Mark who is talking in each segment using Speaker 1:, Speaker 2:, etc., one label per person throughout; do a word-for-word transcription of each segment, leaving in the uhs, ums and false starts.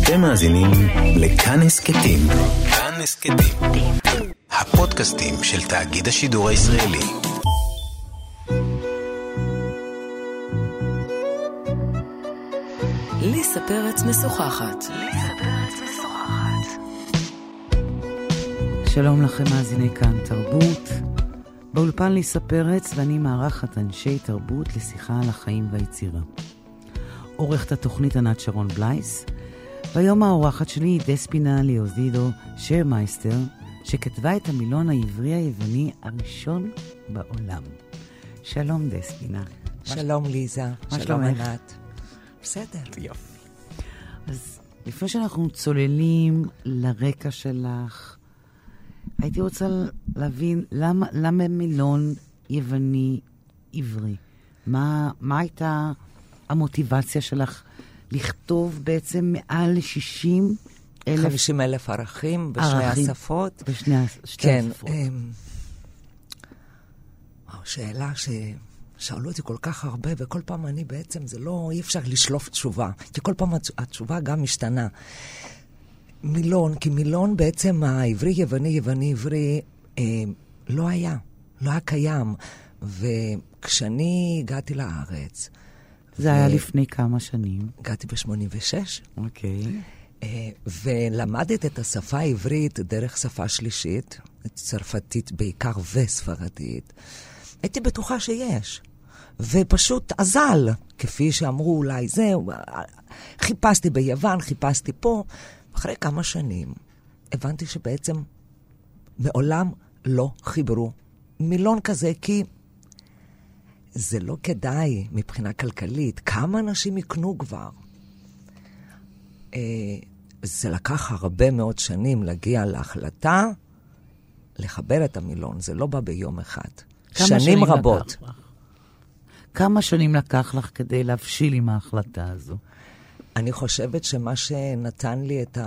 Speaker 1: אתם מאזינים לכאן הסכתים. כאן הסכתים. הפודקאסטים של תאגיד השידור הישראלי.
Speaker 2: ליסה פרץ משוחחת. ליסה פרץ משוחחת.
Speaker 3: שלום לכם מאזיני כאן תרבות. באולפן ליסה פרץ ואני מארחת אנשי תרבות לשיחה על החיים והיצירה. עורכת התוכנית ענת שרון בלייס, והיום האורחת שלי היא דספינה ליאוזידו שרמייסטר, שכתבה את המילון העברי היווני הראשון בעולם. שלום דספינה.
Speaker 4: שלום ליזה. שלום ענת. בסדר.
Speaker 3: יופי. אז לפני שאנחנו צוללים לרקע שלך, הייתי רוצה להבין למה, למה מילון יווני עברי? מה, מה הייתה המוטיבציה שלך לכתוב בעצם מעל שישים אלף...
Speaker 4: חמישים אלף ערכים בשני השפות.
Speaker 3: בשני השפות.
Speaker 4: כן. שאלה ששאלו אותי כל כך הרבה, וכל פעם אני בעצם, זה לא, אי אפשר לשלוף תשובה, כי כל פעם התשובה גם משתנה. מילון, כי מילון בעצם העברי, יווני, יווני, עברי, אה, לא היה, לא היה קיים. וכשאני הגעתי לארץ...
Speaker 3: זה ו... היה לפני כמה שנים?
Speaker 4: הגעתי ב-שמונים ושש.
Speaker 3: אוקיי.
Speaker 4: אה, ולמדת את השפה העברית דרך שפה שלישית, צרפתית בעיקר וספרדית. הייתי בטוחה שיש. ופשוט עזל, כפי שאמרו אולי זהו, חיפשתי ביוון, חיפשתי פה. אחרי כמה שנים הבנתי שבעצם מעולם לא חיברו מילון כזה, כי זה לא כדאי מבחינה כלכלית. כמה אנשים יקנו כבר? אה, זה לקח הרבה מאוד שנים להגיע להחלטה לחבר את המילון. זה לא בא ביום אחד. שנים, שנים רבות.
Speaker 3: כמה שנים לקח לך כדי להבשיל עם ההחלטה הזו?
Speaker 4: אני חושבת שמה שנתן לי את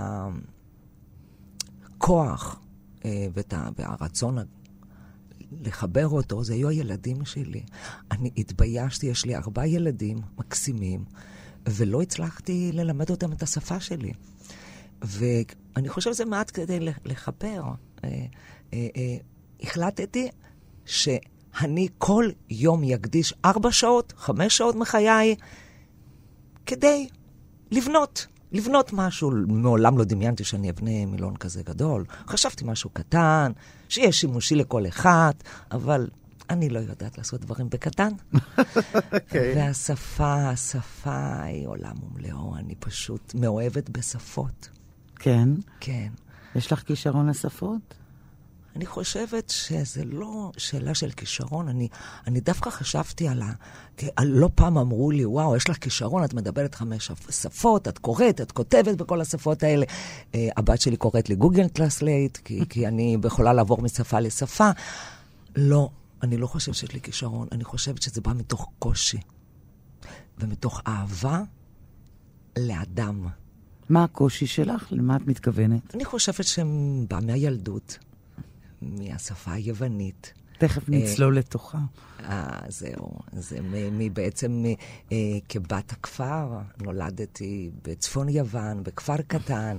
Speaker 4: הכוח אה, ואת הרצון לחבר אותו, זה היו הילדים שלי. אני התביישתי, יש לי ארבעה ילדים מקסימים, ולא הצלחתי ללמד אותם את השפה שלי. ואני חושב שזה מעט כדי לחבר. אה, אה, אה, החלטתי שאני כל יום יקדיש ארבע שעות, חמש שעות מחיי, כדי... לבנות, לבנות משהו. מעולם לא דמיינתי שאני אבנה מילון כזה גדול. חשבתי משהו קטן, שיהיה שימושי לכל אחד, אבל אני לא יודעת לעשות דברים בקטן. והשפה, השפה היא עולם ומלואו. אני פשוט מאוהבת בשפות. כן? כן.
Speaker 3: יש לך כישרון לשפות?
Speaker 4: אני חושבת שזה לא שאלה של כישרון. אני, אני דווקא חשבתי על ה... לא פעם אמרו לי, וואו, יש לך כישרון, את מדברת חמש שפות, את קוראת, את כותבת בכל השפות האלה. Uh, הבת שלי קוראת לי גוגל טרנסלייט, כי, כי אני יכולה לעבור משפה לשפה. לא, אני לא חושבת שיש לי כישרון. אני חושבת שזה בא מתוך קושי. ומתוך אהבה לאדם.
Speaker 3: מה הקושי שלך? למה את מתכוונת?
Speaker 4: אני חושבת שבא מהילדות. מהשפה היוונית.
Speaker 3: תכף נצלול לתוכה.
Speaker 4: אה, זהו. זה בעצם כבת הכפר. נולדתי בצפון יוון, בכפר קטן,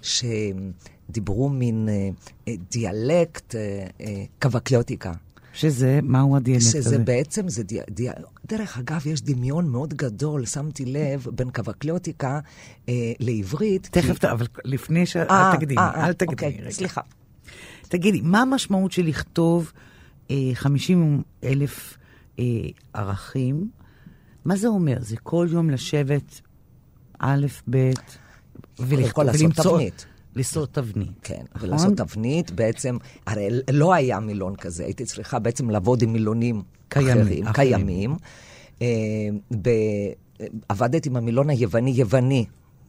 Speaker 4: שדיברו מין דיאלקט קווקליוטיקה.
Speaker 3: שזה, מהו הדיאלקט הזה?
Speaker 4: שזה בעצם, זה די, די, דרך אגב, יש דמיון מאוד גדול, שמתי לב, בין קווקליוטיקה לעברית.
Speaker 3: תכף, אבל לפני ש... אל תקדימי, אל תקדימי.
Speaker 4: אוקיי, סליחה.
Speaker 3: תגידי, מה המשמעות של לכתוב אה, חמישים אלף אה, ערכים? מה זה אומר? זה כל יום לשבת א', ב',
Speaker 4: ולכתוב, לעשות תבנית.
Speaker 3: לעשות תבנית.
Speaker 4: כן, נכון? ולעשות תבנית בעצם, הרי לא היה מילון כזה, הייתי צריכה בעצם לעבוד עם מילונים קיימים. אחרים, אחרים. קיימים. אה, ב, עבדתי עם המילון היווני-יווני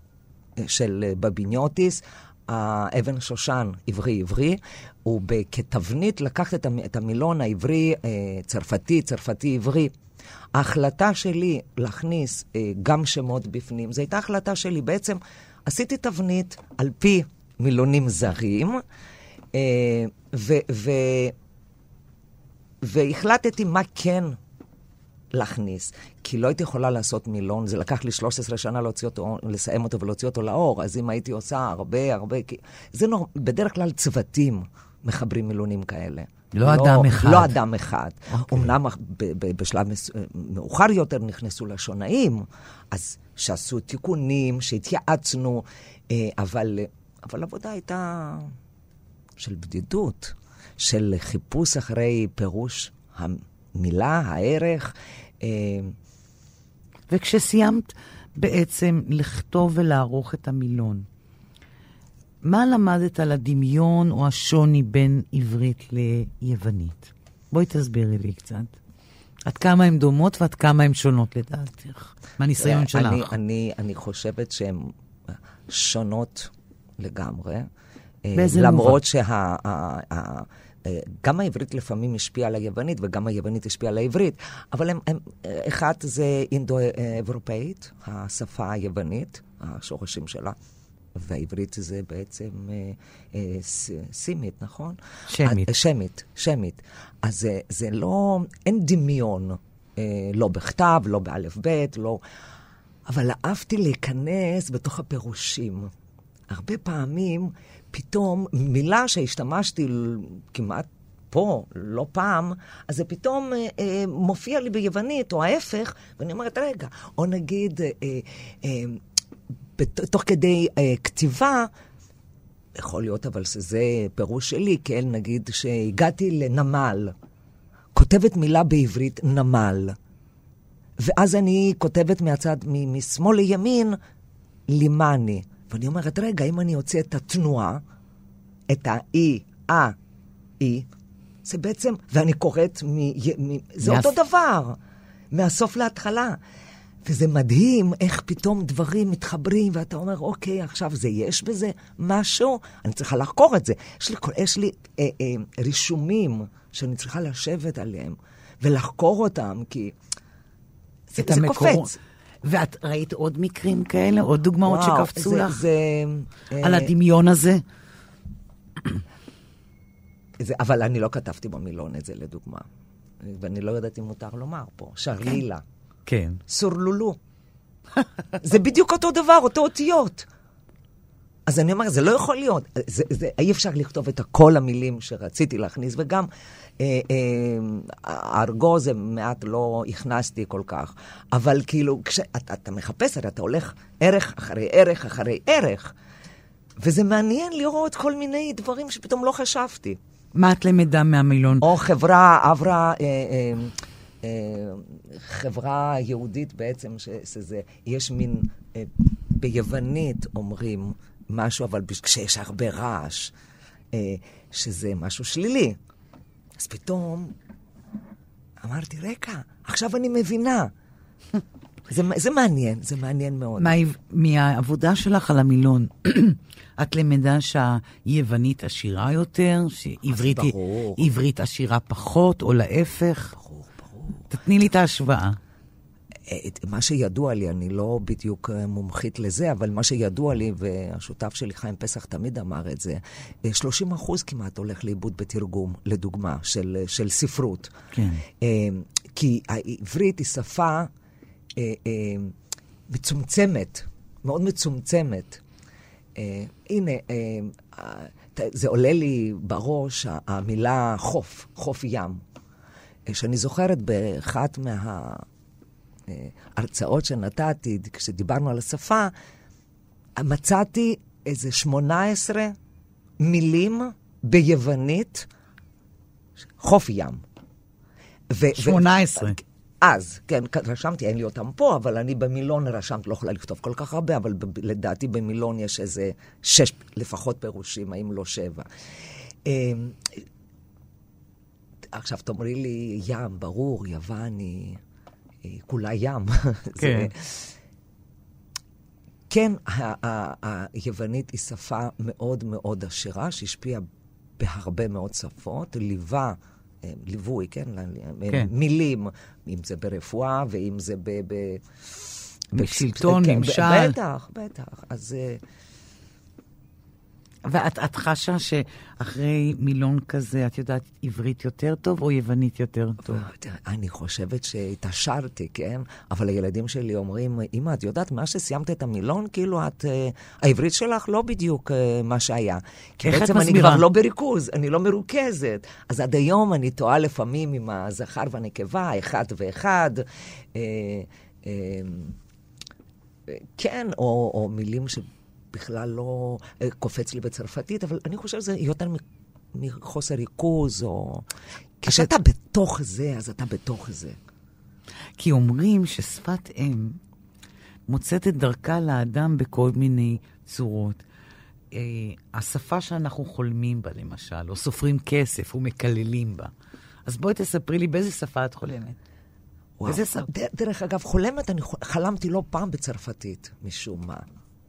Speaker 4: של בביניוטיס, האבן שושן עברי-עברי, וכתבנית לקחת את המילון העברי צרפתי, צרפתי-עברי. ההחלטה שלי להכניס גם שמות בפנים, זו הייתה החלטה שלי. בעצם עשיתי תבנית על פי מילונים זרים, ו- ו- והחלטתי מה כן להכניס, כי לא הייתי יכולה לעשות מילון, זה לקח לי שלוש עשרה שנה להוציא אותו, לסיים אותו ולהוציא אותו לאור, אז אם הייתי עושה הרבה, הרבה, כי... זה נור... בדרך כלל צוותים מחברים מילונים כאלה.
Speaker 3: לא, לא אדם אחד.
Speaker 4: לא אדם אחד.
Speaker 3: Okay.
Speaker 4: אמנם ב- ב- בשלב מאוחר יותר נכנסו לשונאים, אז שעשו תיקונים, שהתייעצנו, אבל, אבל עבודה הייתה של בדידות, של חיפוש אחרי פירוש המילה, הערך.
Speaker 3: וכשסיימת בעצם לכתוב ולערוך את המילון, מה למדת על הדמיון או השוני בין עברית ליוונית? בואי תסבירי לי קצת. עד כמה הן דומות ועד כמה הן שונות לדעתך? מהניסיון שלך.
Speaker 4: אני, אני, אני חושבת שהן שונות לגמרי.
Speaker 3: באיזה
Speaker 4: למרות שה... גם העברית לפעמים השפיעה על היוונית, וגם היוונית השפיעה על העברית, אבל הם, הם, אחד זה אינדו-אירופאית, השפה היוונית, השורשים שלה, והעברית זה בעצם אה, אה, סימית, נכון?
Speaker 3: שמית.
Speaker 4: אה, שמית, שמית. אז זה, זה לא, אין דמיון, אה, לא בכתב, לא באלף בית, לא... אבל אהבתי להיכנס בתוך הפירושים. הרבה פעמים, פתאום, מילה שהשתמשתי כמעט פה, לא פעם, אז זה פתאום אה, אה, מופיע לי ביוונית, או ההפך, ואני אומרת, רגע, או נגיד... אה, אה, תוך כדי uh, כתיבה, יכול להיות אבל שזה פירוש שלי, כן, נגיד שהגעתי לנמל, כותבת מילה בעברית נמל, ואז אני כותבת מהצד, מ- משמאל לימין, לימני. ואני אומרת, רגע, אם אני אוציא את התנועה, את ה-I, ה-I, זה בעצם, ואני קוראת, מ- מ- זה
Speaker 3: מהס...
Speaker 4: אותו דבר, מהסוף להתחלה. וזה מדהים איך פתאום דברים מתחברים, ואתה אומר, אוקיי, עכשיו זה יש בזה משהו, אני צריכה לחקור את זה. יש לי, יש לי אה, אה, רישומים שאני צריכה לשבת עליהם, ולחקור אותם, כי זה, זה קופץ.
Speaker 3: ואת ראית עוד מקרים כאלה? עוד דוגמאות וואו, שקפצו
Speaker 4: זה,
Speaker 3: לך?
Speaker 4: זה,
Speaker 3: על
Speaker 4: אה,
Speaker 3: הדמיון הזה?
Speaker 4: זה, אבל אני לא כתבתי במילון את זה, לדוגמה. ואני לא יודעת אם מותר לומר פה. שרלילה.
Speaker 3: כן.
Speaker 4: סורלולו. זה בדיוק אותו דבר, אותו אותיות. אז אני אומר, זה לא יכול להיות. זה, זה, אי אפשר לכתוב את כל המילים שרציתי להכניס, וגם אה, אה, ארגו זה מעט לא הכנסתי כל כך. אבל כאילו, כשאתה אתה מחפש, אתה הולך ערך אחרי ערך אחרי ערך, וזה מעניין לראות כל מיני דברים שפתאום לא חשבתי.
Speaker 3: מה את למדה מהמילון?
Speaker 4: או חברה, עברה... אה, אה, חברה יהודית בעצם, שזה, יש מין, ביוונית אומרים משהו, אבל כשיש הרבה רעש, שזה משהו שלילי. אז פתאום אמרתי, רגע, עכשיו אני מבינה. זה, זה מעניין, זה מעניין מאוד.
Speaker 3: מה, מהעבודה שלך על המילון, את למדה שהיוונית עשירה יותר, שעברית עברית עשירה פחות, או להפך?
Speaker 4: ברור.
Speaker 3: תתני לי את ההשוואה.
Speaker 4: מה שידוע לי, אני לא בדיוק מומחית לזה, אבל מה שידוע לי, והשותף שלי חיים פסח תמיד אמר את זה, שלושים אחוז כמעט הולך לאיבוד בתרגום, לדוגמה, של, של ספרות.
Speaker 3: כן.
Speaker 4: כי העברית היא שפה מצומצמת, מאוד מצומצמת. הנה, זה עולה לי בראש המילה חוף, חוף ים. שאני זוכרת באחת מההרצאות שנתתי, כשדיברנו על השפה, מצאתי איזה שמונה עשרה מילים ביוונית, חוף ים.
Speaker 3: שמונה עשרה.
Speaker 4: אז, כן, רשמתי, אין לי אותם פה, אבל אני במילון רשמתי, לא יכולה לכתוב כל כך הרבה, אבל לדעתי במילון יש איזה שש לפחות פירושים, האם לא שבע. עכשיו, תאמרי לי, ים, ברור, יוון היא, היא כולה ים.
Speaker 3: כן.
Speaker 4: זה... כן, היוונית היא שפה מאוד מאוד עשירה, שהשפיעה בהרבה מאוד שפות, ליווה, ליווי, כן?
Speaker 3: כן.
Speaker 4: מילים, אם זה ברפואה, ואם זה ב... ב...
Speaker 3: בשלטון,
Speaker 4: כן,
Speaker 3: ממשל.
Speaker 4: בטח, בטח. אז...
Speaker 3: ואת את חשה שאחרי מילון כזה, את יודעת עברית יותר טוב או יוונית יותר טוב?
Speaker 4: אני חושבת שהתעשרתי, כן? אבל הילדים שלי אומרים, אמא, את יודעת, מה שסיימת את המילון, כאילו את, העברית שלך לא בדיוק מה שהיה. כי בעצם אני כבר לא בריכוז, אני לא מרוכזת. אז עד היום אני טועה לפעמים עם הזכר והנקבה, אחד ואחד. כן, או, או מילים ש... בכלל לא קופץ לי בצרפתית, אבל אני חושב שזה יותר מחוסר ריכוז, או... כשאתה בתוך זה, אז אתה בתוך זה.
Speaker 3: כי אומרים ששפת אם מוצאת את דרכה לאדם בכל מיני צורות. אה, השפה שאנחנו חולמים בה, למשל, או סופרים כסף, או מקללים בה. אז בואי תספרי לי באיזה שפה את חולמת.
Speaker 4: וואו, שפ... דרך אגב, חולמת, אני חלמתי לא פעם בצרפתית, משום מה.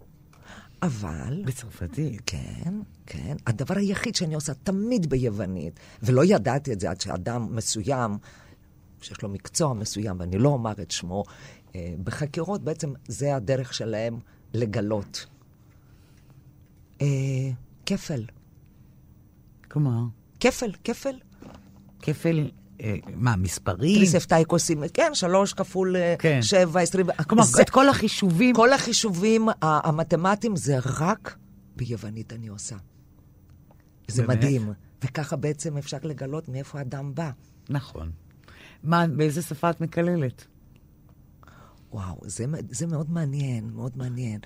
Speaker 4: אבל...
Speaker 3: בצרפתית?
Speaker 4: כן, כן. הדבר היחיד שאני עושה תמיד ביוונית, ולא ידעתי את זה עד שאדם מסוים, שיש לו מקצוע מסוים, ואני לא אומר את שמו, אה, בחקירות בעצם זה הדרך שלהם לגלות. אה, כפל.
Speaker 3: כלומר?
Speaker 4: כפל, כפל.
Speaker 3: כפל... מה, מספרים?
Speaker 4: טריספטאי קוסים, כן, שלוש כפול כן. שבע, עשרים.
Speaker 3: כלומר, זה, את כל החישובים...
Speaker 4: כל החישובים המתמטיים זה רק ביוונית אני עושה. זה באמת? מדהים. וככה בעצם אפשר לגלות מאיפה האדם בא.
Speaker 3: נכון. מה, באיזה שפה את מקללת?
Speaker 4: וואו, זה, זה מאוד מעניין, מאוד מעניין.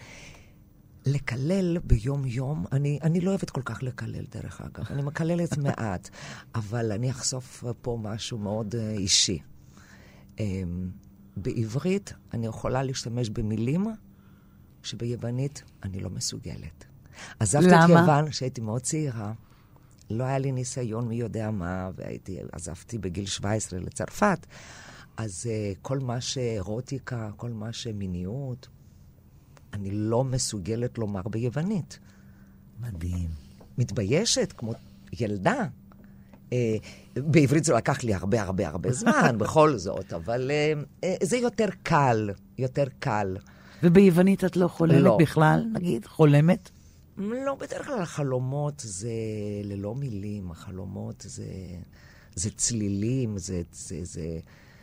Speaker 4: לקלל ביום יום, אני, אני לא אוהבת כל כך לקלל דרך אגב, אני מקללת מעט, אבל אני אחשוף פה משהו מאוד uh, אישי. Um, בעברית אני יכולה להשתמש במילים שביוונית אני לא מסוגלת. עזבתי את יוון שהייתי מאוד צעירה, לא היה לי ניסיון מי יודע מה, והייתי, עזבתי בגיל שבע עשרה לצרפת, אז uh, כל מה שאירוטיקה, כל מה שמיניות, אני לא מסוגלת לומר ביוונית.
Speaker 3: מדהים.
Speaker 4: מתביישת, כמו ילדה. אה, בעברית זה לקח לי הרבה הרבה הרבה זמן, בכל זאת, אבל אה, אה, זה יותר קל, יותר קל.
Speaker 3: וביוונית את לא חולמת
Speaker 4: לא.
Speaker 3: בכלל, נגיד? חולמת?
Speaker 4: לא, בדרך כלל החלומות זה ללא מילים, החלומות זה, זה צלילים, זה... זה, זה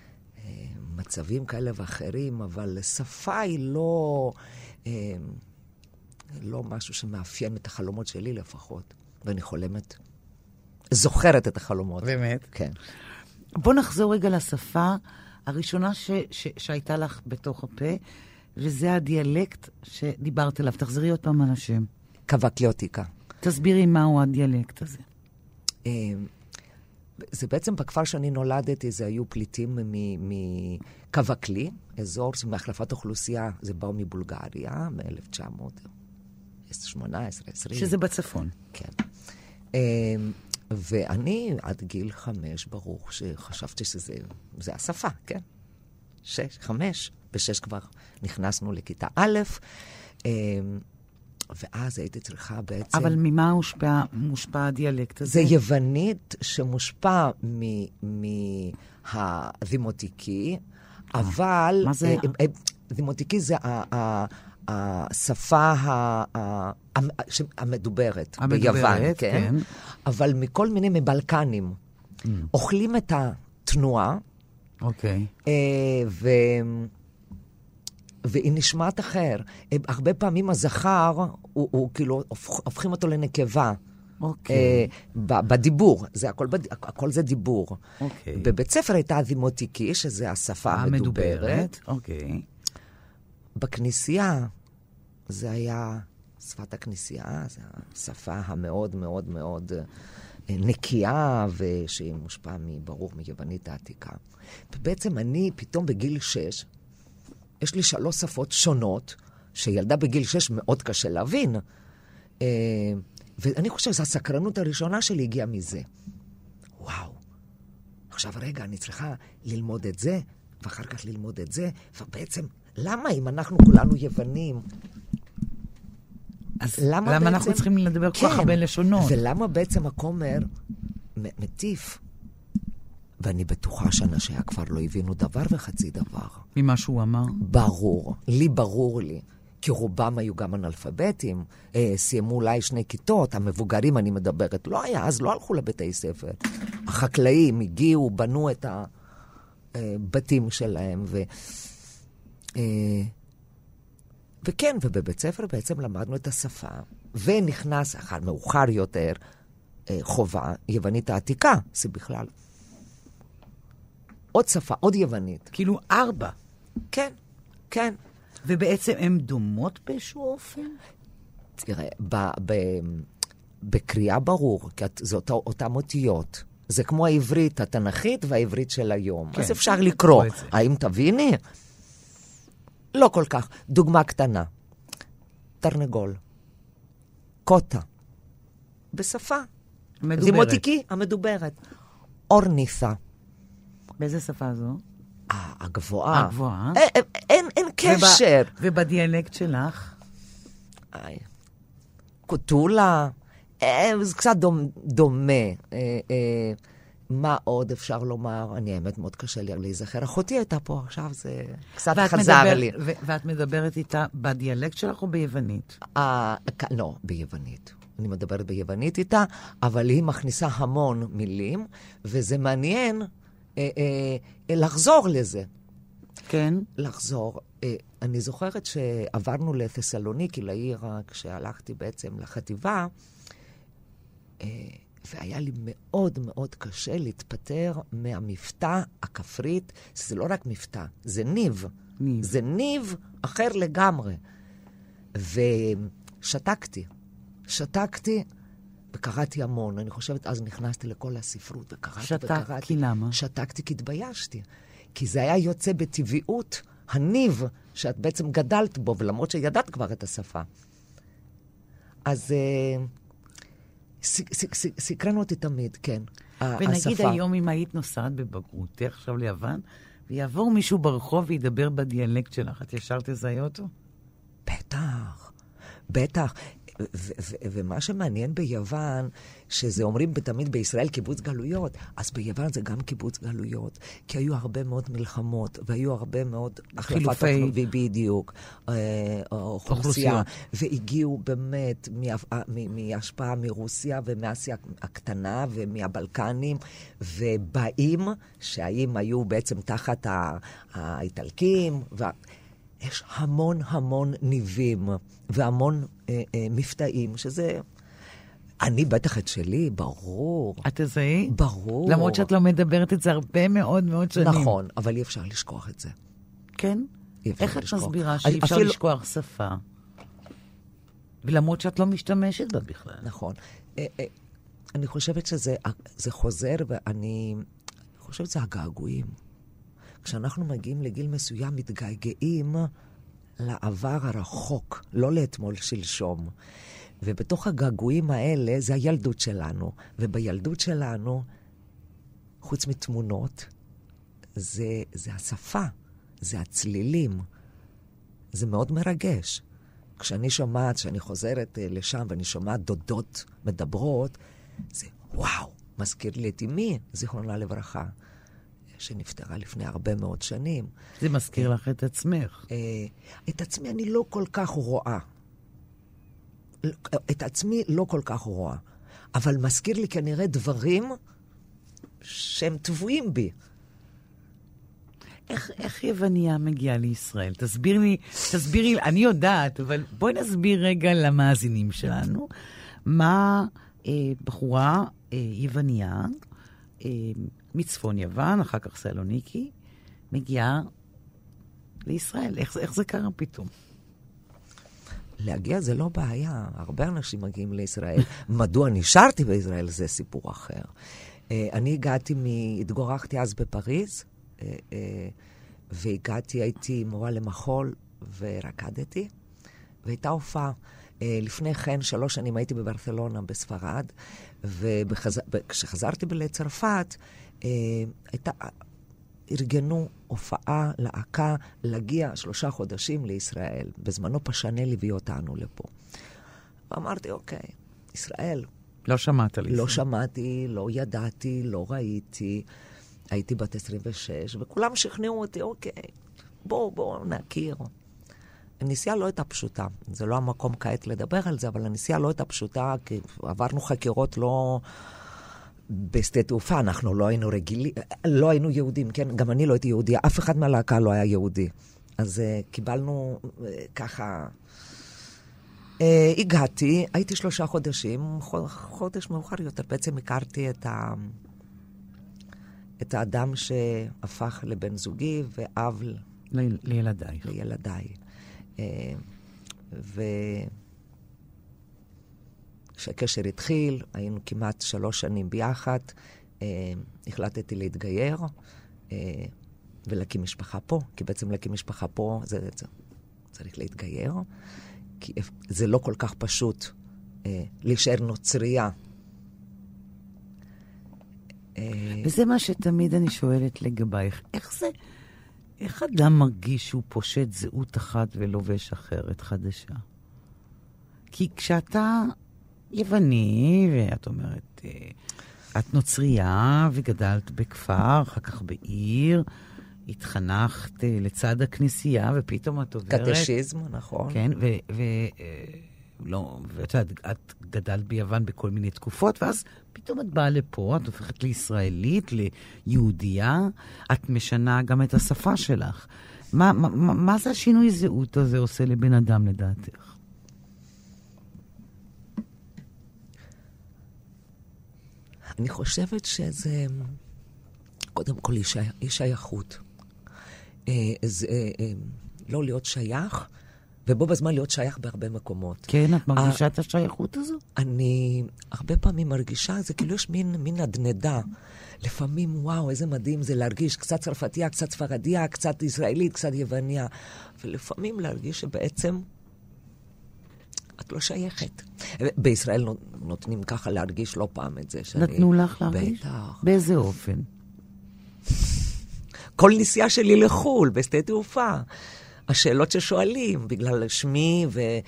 Speaker 4: מצבים כאלה ואחרים, אבל שפה היא לא, לא משהו שמאפיין את החלומות שלי לפחות. ואני חולמת, זוכרת את החלומות.
Speaker 3: באמת?
Speaker 4: כן.
Speaker 3: בוא נחזור רגע לשפה הראשונה ש, ש, שהייתה לך בתוך הפה, וזה הדיאלקט שדיברת עליו. תחזרי עוד פעם על השם.
Speaker 4: קווקליוטיקה.
Speaker 3: תסבירי מהו הדיאלקט הזה.
Speaker 4: זה בעצם בכפר שאני נולדתי, זה היו פליטים מקווקלי, אזור מהחלפת אוכלוסייה, זה באו מבולגריה, מ-אלף תשע מאות שמונה עשרה עשרים.
Speaker 3: שזה בצפון.
Speaker 4: כן. ואני עד גיל חמש, ברור שחשבתי שזה זה השפה, כן? שש, חמש, בשש כבר נכנסנו לכיתה א', ואז הייתי צריכה בעצם...
Speaker 3: אבל ממה מושפע, מושפע הדיאלקט הזה?
Speaker 4: זה יוונית שמושפע מהדימותיקי, אבל...
Speaker 3: מה זה?
Speaker 4: דימותיקי זה השפה המדוברת ביוון, כן? אבל מכל מיני מבלקנים. אוכלים את התנועה,
Speaker 3: אוקיי.
Speaker 4: ו... והיא נשמעת אחר. הרבה פעמים הזכר, הוא, הוא כאילו, הופכים אותו לנקבה.
Speaker 3: אוקיי.
Speaker 4: בדיבור. זה, הכל, הכל זה דיבור.
Speaker 3: אוקיי.
Speaker 4: בבית ספר הייתה הדימותיקי, שזה השפה המדוברת.
Speaker 3: אוקיי.
Speaker 4: בכנסייה, זה היה שפת הכנסייה, זה השפה המאוד מאוד מאוד נקייה, ושהיא מושפעה מברור מיוונית העתיקה. ובעצם אני פתאום בגיל שש, יש לי שלוש שפות שונות, שילדה בגיל שש מאוד קשה להבין. ואני חושב שהסקרנות הראשונה שלי הגיעה מזה. וואו, עכשיו רגע, אני צריכה ללמוד את זה, ואחר כך ללמוד את זה, ובעצם, למה אם אנחנו כולנו יוונים?
Speaker 3: אז למה, למה בעצם... אנחנו צריכים לדבר כן. כל כך הרבה לשונות?
Speaker 4: ולמה בעצם הכומר מטיף? ואני בטוחה שאנשיה כבר לא הבינו דבר וחצי דבר.
Speaker 3: ממה שהוא אמר?
Speaker 4: ברור, לי ברור לי. כי רובם היו גם אנאלפביתים, אה, סיימו אולי שני כיתות, המבוגרים אני מדברת, לא היה, אז לא הלכו לבתי ספר. החקלאים הגיעו, בנו את הבתים שלהם, ו... אה, וכן, ובבית ספר בעצם למדנו את השפה, ונכנס, אחר מאוחר יותר, אה, חובה, יוונית העתיקה, זה בכלל. עוד שפה, עוד יוונית.
Speaker 3: כאילו ארבע.
Speaker 4: כן, כן.
Speaker 3: ובעצם הן דומות באיזשהו אופן?
Speaker 4: תראה, ב- ב- בקריאה ברור, כי זה אותה, אותם אותיות. זה כמו העברית התנ"כית והעברית של היום.
Speaker 3: כן.
Speaker 4: אז אפשר לקרוא. האם תביני? לא כל כך. דוגמה קטנה. תרנגול. קוטה. בשפה.
Speaker 3: מדוברת.
Speaker 4: זימוטיקי, המדוברת. אורנית'ה.
Speaker 3: באיזה שפה זו?
Speaker 4: הגבוהה.
Speaker 3: הגבוהה.
Speaker 4: אין, אין, אין קשר.
Speaker 3: ובדיאלקט שלך?
Speaker 4: איי. קוטולה. אה, זה קצת דומ, דומה. אה, אה, מה עוד אפשר לומר? אני האמת מאוד קשה לי להיזכר. אחותי הייתה פה עכשיו, זה קצת חזר
Speaker 3: מדבר,
Speaker 4: לי.
Speaker 3: ו- ואת מדברת איתה בדיאלקט שלך או ביוונית?
Speaker 4: אה, לא, ביוונית. אני מדברת ביוונית איתה, אבל היא מכניסה המון מילים, וזה מעניין אה, אה, לחזור לזה.
Speaker 3: כן.
Speaker 4: לחזור. אה, אני זוכרת שעברנו לתסלוניקי, לעיר, כשהלכתי בעצם לחטיבה, אה, והיה לי מאוד מאוד קשה להתפטר מהמבטא הכפרית. זה לא רק מבטא, זה ניב.
Speaker 3: ניב.
Speaker 4: זה ניב אחר לגמרי. ושתקתי. שתקתי וקראתי המון. אני חושבת, אז נכנסתי לכל הספרות וקראתי
Speaker 3: שתק,
Speaker 4: וקראתי.
Speaker 3: כי למה?
Speaker 4: שתקתי כי התביישתי. כי זה היה יוצא בטבעיות הניב שאת בעצם גדלת בו, ולמרות שידעת כבר את השפה. אז אה, ס, ס, ס, סקרנו אותי תמיד, כן.
Speaker 3: ונגיד
Speaker 4: השפה.
Speaker 3: היום אם היית נוסעת בבגרותך עכשיו ליוון, ויעבור מישהו ברחוב וידבר בדיאלקט שלך, את ישר תזהה אותו?
Speaker 4: בטח, בטח. ו- ו- ומה שמעניין ביוון, שזה אומרים תמיד בישראל קיבוץ גלויות, אז ביוון זה גם קיבוץ גלויות, כי היו הרבה מאוד מלחמות, והיו הרבה מאוד החלפת אוכלוסיה, בדיוק, אוכלוסייה, והגיעו באמת מהשפעה מרוסיה ומאסיה הקטנה ומהבלקנים, ובאים שהאם היו בעצם תחת האיטלקים, ו... יש המון המון ניבים והמון אה, אה, מפתעים, שזה... אני בטח את שלי, ברור.
Speaker 3: את תזהי?
Speaker 4: ברור.
Speaker 3: למרות שאת לא מדברת את זה הרבה מאוד מאוד שנים.
Speaker 4: נכון, אבל אי אפשר לשכוח את זה.
Speaker 3: כן? איך את
Speaker 4: לשכוח.
Speaker 3: מסבירה שאי אפשר
Speaker 4: אפילו... לשכוח
Speaker 3: שפה? ולמרות שאת לא משתמשת בה בכלל.
Speaker 4: נכון. אה, אה, אני חושבת שזה זה חוזר, ואני חושבת שזה הגעגועים. כשאנחנו מגיעים לגיל מסוים, מתגעגעים לעבר הרחוק, לא לאתמול שלשום. ובתוך הגעגועים האלה, זה הילדות שלנו. ובילדות שלנו, חוץ מתמונות, זה, זה השפה, זה הצלילים. זה מאוד מרגש. כשאני שומעת, כשאני חוזרת לשם ואני שומעת דודות מדברות, זה וואו, מזכיר לי את אמי, זיכרונה לברכה. שנפטרה לפני הרבה מאוד שנים.
Speaker 3: זה מזכיר לך את עצמך.
Speaker 4: את עצמי אני לא כל כך רואה. את עצמי לא כל כך רואה. אבל מזכיר לי כנראה דברים שהם טבועים בי.
Speaker 3: איך, איך יווניה מגיעה לישראל? תסביר לי, תסביר לי, אני יודעת, אבל בואי נסביר רגע למאזינים שלנו, מה אה, בחורה אה, יווניה, אה, מצפון יוון, אחר כך סלוניקי, מגיעה לישראל. איך, איך זה קרה פתאום?
Speaker 4: להגיע זה לא בעיה. הרבה אנשים מגיעים לישראל. מדוע נשארתי בישראל? זה סיפור אחר. אני הגעתי, התגוררתי אז בפריז, והגעתי, הייתי מורה למחול ורקדתי, והייתה הופעה. לפני כן, שלוש שנים הייתי בברצלונה, בספרד, וכשחזרתי לצרפת, הייתה, ארגנו הופעה, להקה, להגיע שלושה חודשים לישראל. בזמנו פשנלי הביא אותנו לפה. ואמרתי, אוקיי, ישראל.
Speaker 3: לא שמעת על ישראל.
Speaker 4: לא שמעתי, לא ידעתי, לא ראיתי. הייתי בת עשרים ושש, וכולם שכנעו אותי, אוקיי, בואו, בואו נכיר. הנסיעה לא הייתה פשוטה. זה לא המקום כעת לדבר על זה, אבל הנסיעה לא הייתה פשוטה, כי עברנו חקירות לא... בשדה תעופה, אנחנו לא היינו רגילים, לא היינו יהודים, כן? גם אני לא הייתי יהודי, אף אחד מהלהקה לא היה יהודי. אז uh, קיבלנו uh, ככה... Uh, הגעתי, הייתי שלושה חודשים, חודש מאוחר יותר, בעצם הכרתי את, ה... את האדם שהפך לבן זוגי ואב...
Speaker 3: ל... לילדיי.
Speaker 4: לילדיי. Uh, ו... כשהקשר התחיל, היינו כמעט שלוש שנים ביחד, אה, החלטתי להתגייר אה, ולהקים משפחה פה, כי בעצם להקים משפחה פה זה, זה צריך להתגייר, כי זה לא כל כך פשוט אה, להישאר נוצרייה.
Speaker 3: אה... וזה מה שתמיד אני שואלת לגבייך, איך זה, איך אדם מרגיש שהוא פושט זהות אחת ולובש אחרת חדשה? כי כשאתה... יווני, ואת אומרת, את נוצרייה וגדלת בכפר, אחר כך בעיר, התחנכת לצד הכנסייה, ופתאום את עוברת...
Speaker 4: קטשיזם, נכון.
Speaker 3: כן, ו... ו לא, ואת יודעת, את גדלת ביוון בכל מיני תקופות, ואז פתאום את באה לפה, את הופכת לישראלית, ליהודייה, את משנה גם את השפה שלך. מה, מה, מה זה השינוי זהות הזה עושה לבן אדם לדעתך?
Speaker 4: אני חושבת שזה, קודם כל, היא שייכות. זה לא להיות שייך, ובו בזמן להיות שייך בהרבה מקומות.
Speaker 3: כן, את מרגישה את השייכות הזו?
Speaker 4: אני הרבה פעמים מרגישה, זה כאילו יש מין, מין הדנדה. לפעמים, וואו, איזה מדהים זה להרגיש קצת צרפתיה, קצת ספרדיה, קצת ישראלית, קצת יווניה. ולפעמים להרגיש שבעצם... את לא שייכת. בישראל נותנים ככה להרגיש לא פעם את זה.
Speaker 3: נתנו לך להרגיש?
Speaker 4: בטח.
Speaker 3: באיזה אופן?
Speaker 4: כל נסיעה שלי לחול, בשדה תעופה. השאלות ששואלים, בגלל שמי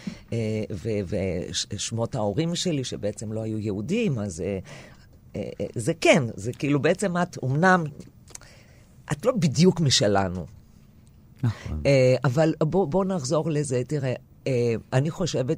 Speaker 4: ושמות ההורים שלי, שבעצם לא היו יהודים, אז זה כן, זה כאילו בעצם את, אמנם, את לא בדיוק משלנו.
Speaker 3: נכון.
Speaker 4: אבל בואו נחזור לזה, תראה, Uh, אני חושבת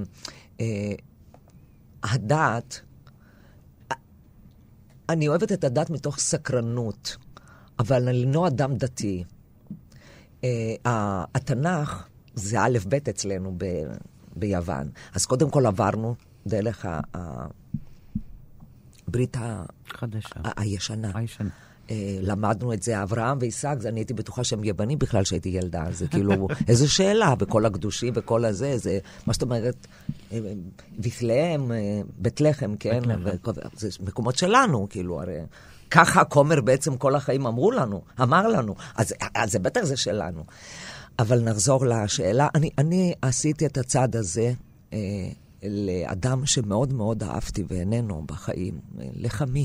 Speaker 4: שהדעת, uh, אני אוהבת את הדת מתוך סקרנות, אבל אני לא אדם דתי. Uh, התנ"ך זה א' ב' אצלנו ב, ביוון. אז קודם כל עברנו דרך הברית
Speaker 3: חדשה.
Speaker 4: הישנה.
Speaker 3: הישנה.
Speaker 4: למדנו את זה, אברהם וישק, אני הייתי בטוחה שהם יבנים בכלל שהייתי ילדה, זה כאילו, איזו שאלה, בכל הקדושים וכל הזה, זה, מה זאת אומרת, בתלהם, בית לחם, כן? זה מקומות שלנו, כאילו, הרי, ככה הכומר בעצם כל החיים אמרו לנו, אמר לנו, אז, אז זה בטח זה שלנו. אבל נחזור לשאלה, אני, אני עשיתי את הצעד הזה, אה, לאדם שמאוד מאוד אהבתי ואיננו בחיים, לחמי.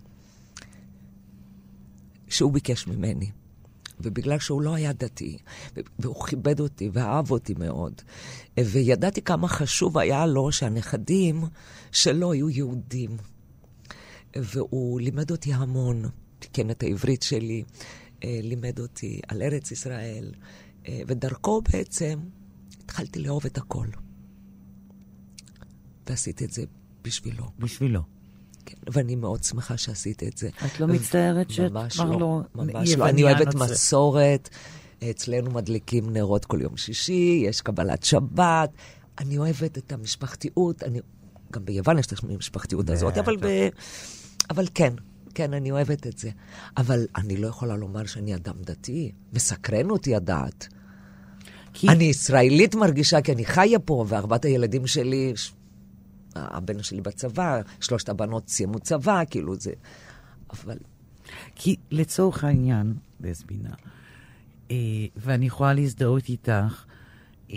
Speaker 4: שהוא ביקש ממני, ובגלל שהוא לא היה דתי, והוא כיבד אותי ואהב אותי מאוד, וידעתי כמה חשוב היה לו שהנכדים שלו היו יהודים, והוא לימד אותי המון, תיקן את העברית שלי, לימד אותי על ארץ ישראל, ודרכו בעצם התחלתי לאהוב את הכל. ועשיתי את זה בשבילו.
Speaker 3: בשבילו.
Speaker 4: כן, ואני מאוד שמחה שעשית את זה.
Speaker 3: את לא מצטערת שאת כבר לא...
Speaker 4: ממש לא. אני אוהבת מסורת. אצלנו מדליקים נרות כל יום שישי, יש קבלת שבת. אני אוהבת את המשפחתיות. אני... גם ביוון יש את המשפחתיות הזאת, אבל, ב... אבל כן, כן, אני אוהבת את זה. אבל אני לא יכולה לומר שאני אדם דתי. מסקרן אותי הדעת. כי... אני ישראלית מרגישה, כי אני חיה פה, וארבעת הילדים שלי... הבן שלי בצבא, שלושת הבנות סיימו צבא, כאילו זה... אבל...
Speaker 3: כי לצורך העניין, בסבינה, אה, ואני יכולה להזדהות איתך, אה,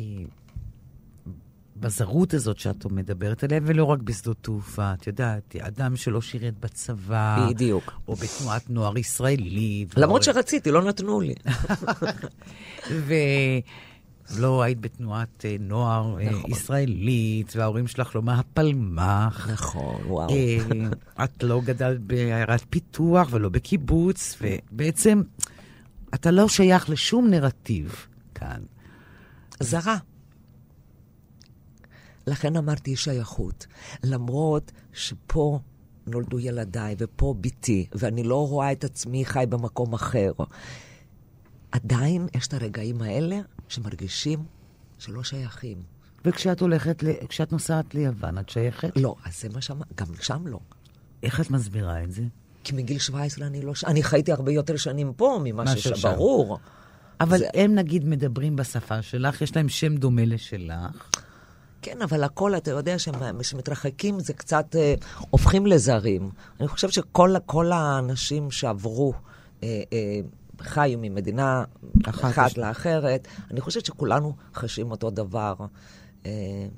Speaker 3: בזרות הזאת שאת מדברת עליה, ולא רק בשדות תעופה, את יודעת, אדם שלא שירת בצבא,
Speaker 4: בדיוק.
Speaker 3: או בתנועת נוער ישראלית.
Speaker 4: למרות שרציתי, לא נתנו לי.
Speaker 3: ו... לא היית בתנועת uh, נוער uh, נכון. ישראלית, וההורים שלך לא מהפלמח.
Speaker 4: נכון, וואו.
Speaker 3: Uh, את לא גדלת בעיירת פיתוח ולא בקיבוץ, ובעצם אתה לא שייך לשום נרטיב כאן.
Speaker 4: זרה. לכן אמרתי שייכות. למרות שפה נולדו ילדיי, ופה ביתי, ואני לא רואה את עצמי חי במקום אחר. עדיין יש את הרגעים האלה שמרגישים שלא שייכים.
Speaker 3: וכשאת הולכת, כשאת נוסעת ליוון, את שייכת?
Speaker 4: לא, אז זה מה שאמר, גם שם לא.
Speaker 3: איך את מסבירה את זה?
Speaker 4: כי מגיל שבע עשרה אני לא... אני חייתי הרבה יותר שנים פה ממה שברור.
Speaker 3: אבל זה... הם נגיד מדברים בשפה שלך, יש להם שם דומה לשלך.
Speaker 4: כן, אבל הכל, אתה יודע, שמתרחקים זה קצת אה, הופכים לזרים. אני חושב שכל כל האנשים שעברו, אה, אה, חיו ממדינה אחת יש... לאחרת, אני חושבת שכולנו חשים אותו דבר. אה...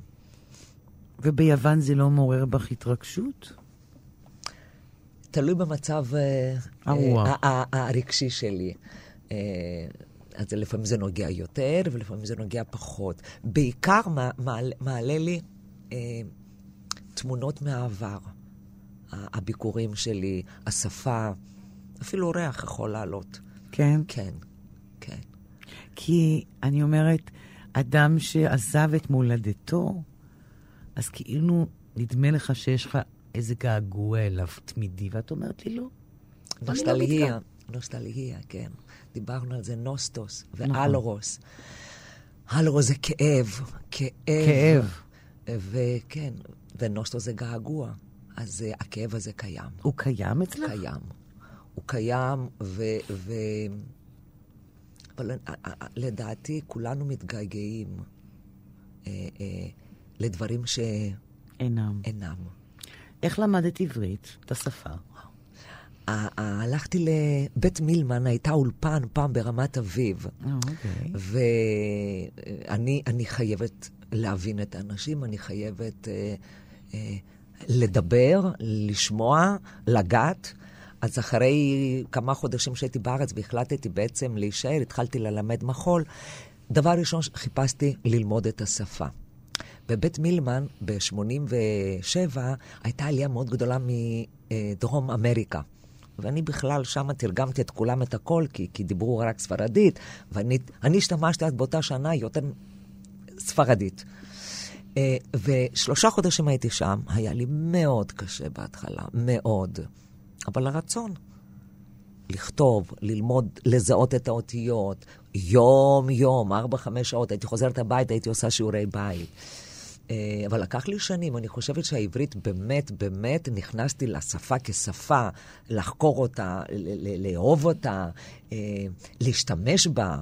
Speaker 3: וביוון זה לא מעורר בך התרגשות?
Speaker 4: תלוי במצב הרגשי שלי. אז לפעמים זה נוגע יותר, ולפעמים זה נוגע פחות. בעיקר מעלה לי תמונות מהעבר. הביקורים שלי, השפה, אפילו ריח יכול לעלות.
Speaker 3: כן?
Speaker 4: כן, כן.
Speaker 3: כי אני אומרת, אדם שעזב את מולדתו, אז כאילו נדמה לך שיש לך איזה געגוע אליו תמידי, ואת אומרת לי לא.
Speaker 4: נוסטלגיה, נוסטלגיה, כן. דיברנו על זה נוסטוס ואלרוס. אלרוס זה כאב, כאב.
Speaker 3: כאב.
Speaker 4: וכן, ונוסטוס זה געגוע. אז הכאב הזה קיים.
Speaker 3: הוא קיים אצלך?
Speaker 4: קיים. הוא קיים, ו... ו... אבל לדעתי כולנו מתגעגעים אה, אה, לדברים ש...
Speaker 3: אינם.
Speaker 4: אינם.
Speaker 3: איך למדת עברית, את השפה?
Speaker 4: הלכתי לבית מילמן, הייתה אולפן פעם ברמת אביב.
Speaker 3: אוקיי.
Speaker 4: ואני חייבת להבין את האנשים, אני חייבת אה, אה, לדבר, לשמוע, לגעת. אז אחרי כמה חודשים שהייתי בארץ והחלטתי בעצם להישאר, התחלתי ללמד מחול. דבר ראשון חיפשתי ללמוד את השפה. בבית מילמן, ב-שמונים ושבע, הייתה עלייה מאוד גדולה מדרום אמריקה. ואני בכלל שם תרגמתי את כולם את הכל, כי, כי דיברו רק ספרדית, ואני אני השתמשתי עד באותה שנה יותר ספרדית. ושלושה חודשים הייתי שם, היה לי מאוד קשה בהתחלה, מאוד. אבל הרצון, לכתוב, ללמוד, לזהות את האותיות, יום יום, ארבע, חמש שעות, הייתי חוזרת הבית, הייתי עושה שיעורי בית. אבל לקח לי שנים, אני חושבת שהעברית באמת, באמת נכנסתי לשפה כשפה, לחקור אותה, לאהוב אותה, להשתמש בה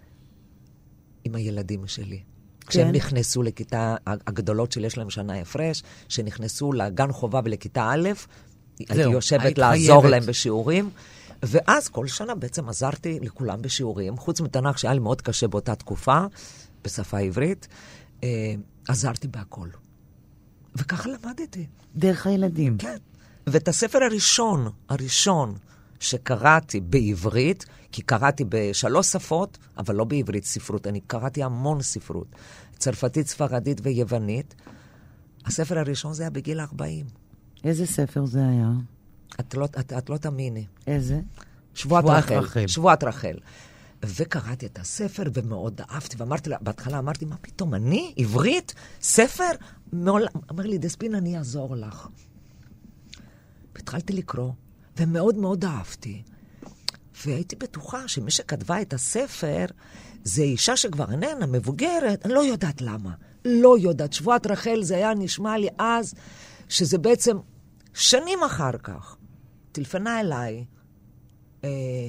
Speaker 4: עם הילדים שלי. כשהם נכנסו לכיתה, הגדולות שלי יש להם שנה הפרש, שנכנסו לגן חובה ולכיתה א', הייתי יושבת לעזור להם בשיעורים, ואז כל שנה בעצם עזרתי לכולם בשיעורים, חוץ מתנ"ך שהיה לי מאוד קשה באותה תקופה, בשפה העברית, עזרתי בהכל. וככה למדתי.
Speaker 3: דרך הילדים.
Speaker 4: כן. ואת הספר הראשון, הראשון שקראתי בעברית, כי קראתי בשלוש שפות, אבל לא בעברית ספרות, אני קראתי המון ספרות. צרפתית, ספרדית ויוונית. הספר הראשון זה היה בגיל ארבעים.
Speaker 3: איזה ספר זה היה?
Speaker 4: את לא, את, את לא תאמיני.
Speaker 3: איזה?
Speaker 4: שבועת רחל. רחל. שבועת רחל. וקראתי את הספר ומאוד אהבתי, ואמרתי לה, בהתחלה אמרתי, מה פתאום, אני? עברית? ספר? מעולם. אמר לי, דספין, אני אעזור לך. והתחלתי לקרוא, ומאוד מאוד אהבתי. והייתי בטוחה שמי שכתבה את הספר, זה אישה שכבר איננה, מבוגרת, אני לא יודעת למה. לא יודעת. שבועת רחל זה היה נשמע לי אז, שזה בעצם שנים אחר כך. טלפנה אליי, אה,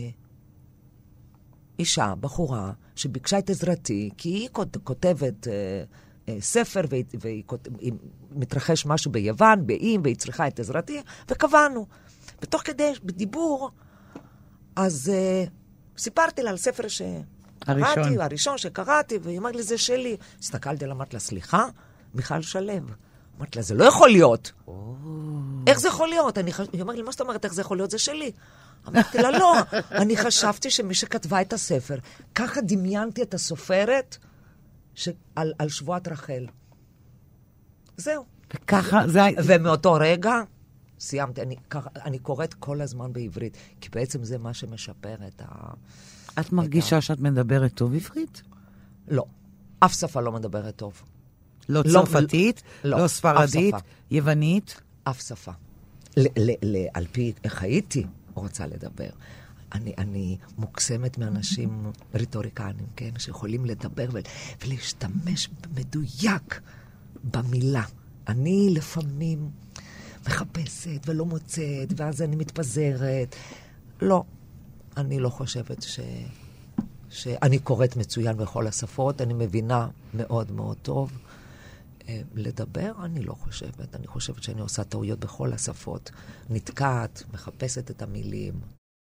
Speaker 4: אישה, בחורה, שביקשה את עזרתי, כי היא כותבת אה, אה, ספר, והיא, והיא, והיא מתרחש משהו ביוון, באיים, והיא צריכה את עזרתי, וקבענו. ותוך כדי, בדיבור, אז אה, סיפרתי לה על ספר שקראתי, הראשון שקראתי, והיא אמרת לי, זה שלי. הסתכלתי לה, אמרת לה, סליחה, מיכל שלו. אמרת לה, זה לא יכול להיות. Oh. איך זה יכול להיות? אני חש... היא אמרת לי, מה זאת אומרת, איך זה יכול להיות? זה שלי. אמרתי לה, לא. אני חשבתי שמי שכתבה את הספר, ככה דמיינתי את הסופרת ש... על, על שבועת רחל. זהו.
Speaker 3: וככה, זה...
Speaker 4: ומאותו רגע, סיימתי. אני, אני קוראת כל הזמן בעברית, כי בעצם זה מה שמשפר את ה...
Speaker 3: את מרגישה את ה... שאת מדברת טוב עברית?
Speaker 4: לא. אף שפה לא מדברת טוב.
Speaker 3: לא צרפתית,
Speaker 4: לא,
Speaker 3: לא ספרדית, יוונית?
Speaker 4: אף שפה. ל- ל- ל- על פי איך הייתי רוצה לדבר. אני, אני מוקסמת מאנשים ריטוריקנים, כן? שיכולים לדבר ו- ולהשתמש במדויק במילה. אני לפעמים מחפשת ולא מוצאת, ואז אני מתפזרת. לא, אני לא חושבת ש... שאני קוראת מצוין בכל השפות, אני מבינה מאוד מאוד טוב. לדבר, אני לא חושבת. אני חושבת שאני עושה טעויות בכל השפות. נתקעת, מחפשת את המילים.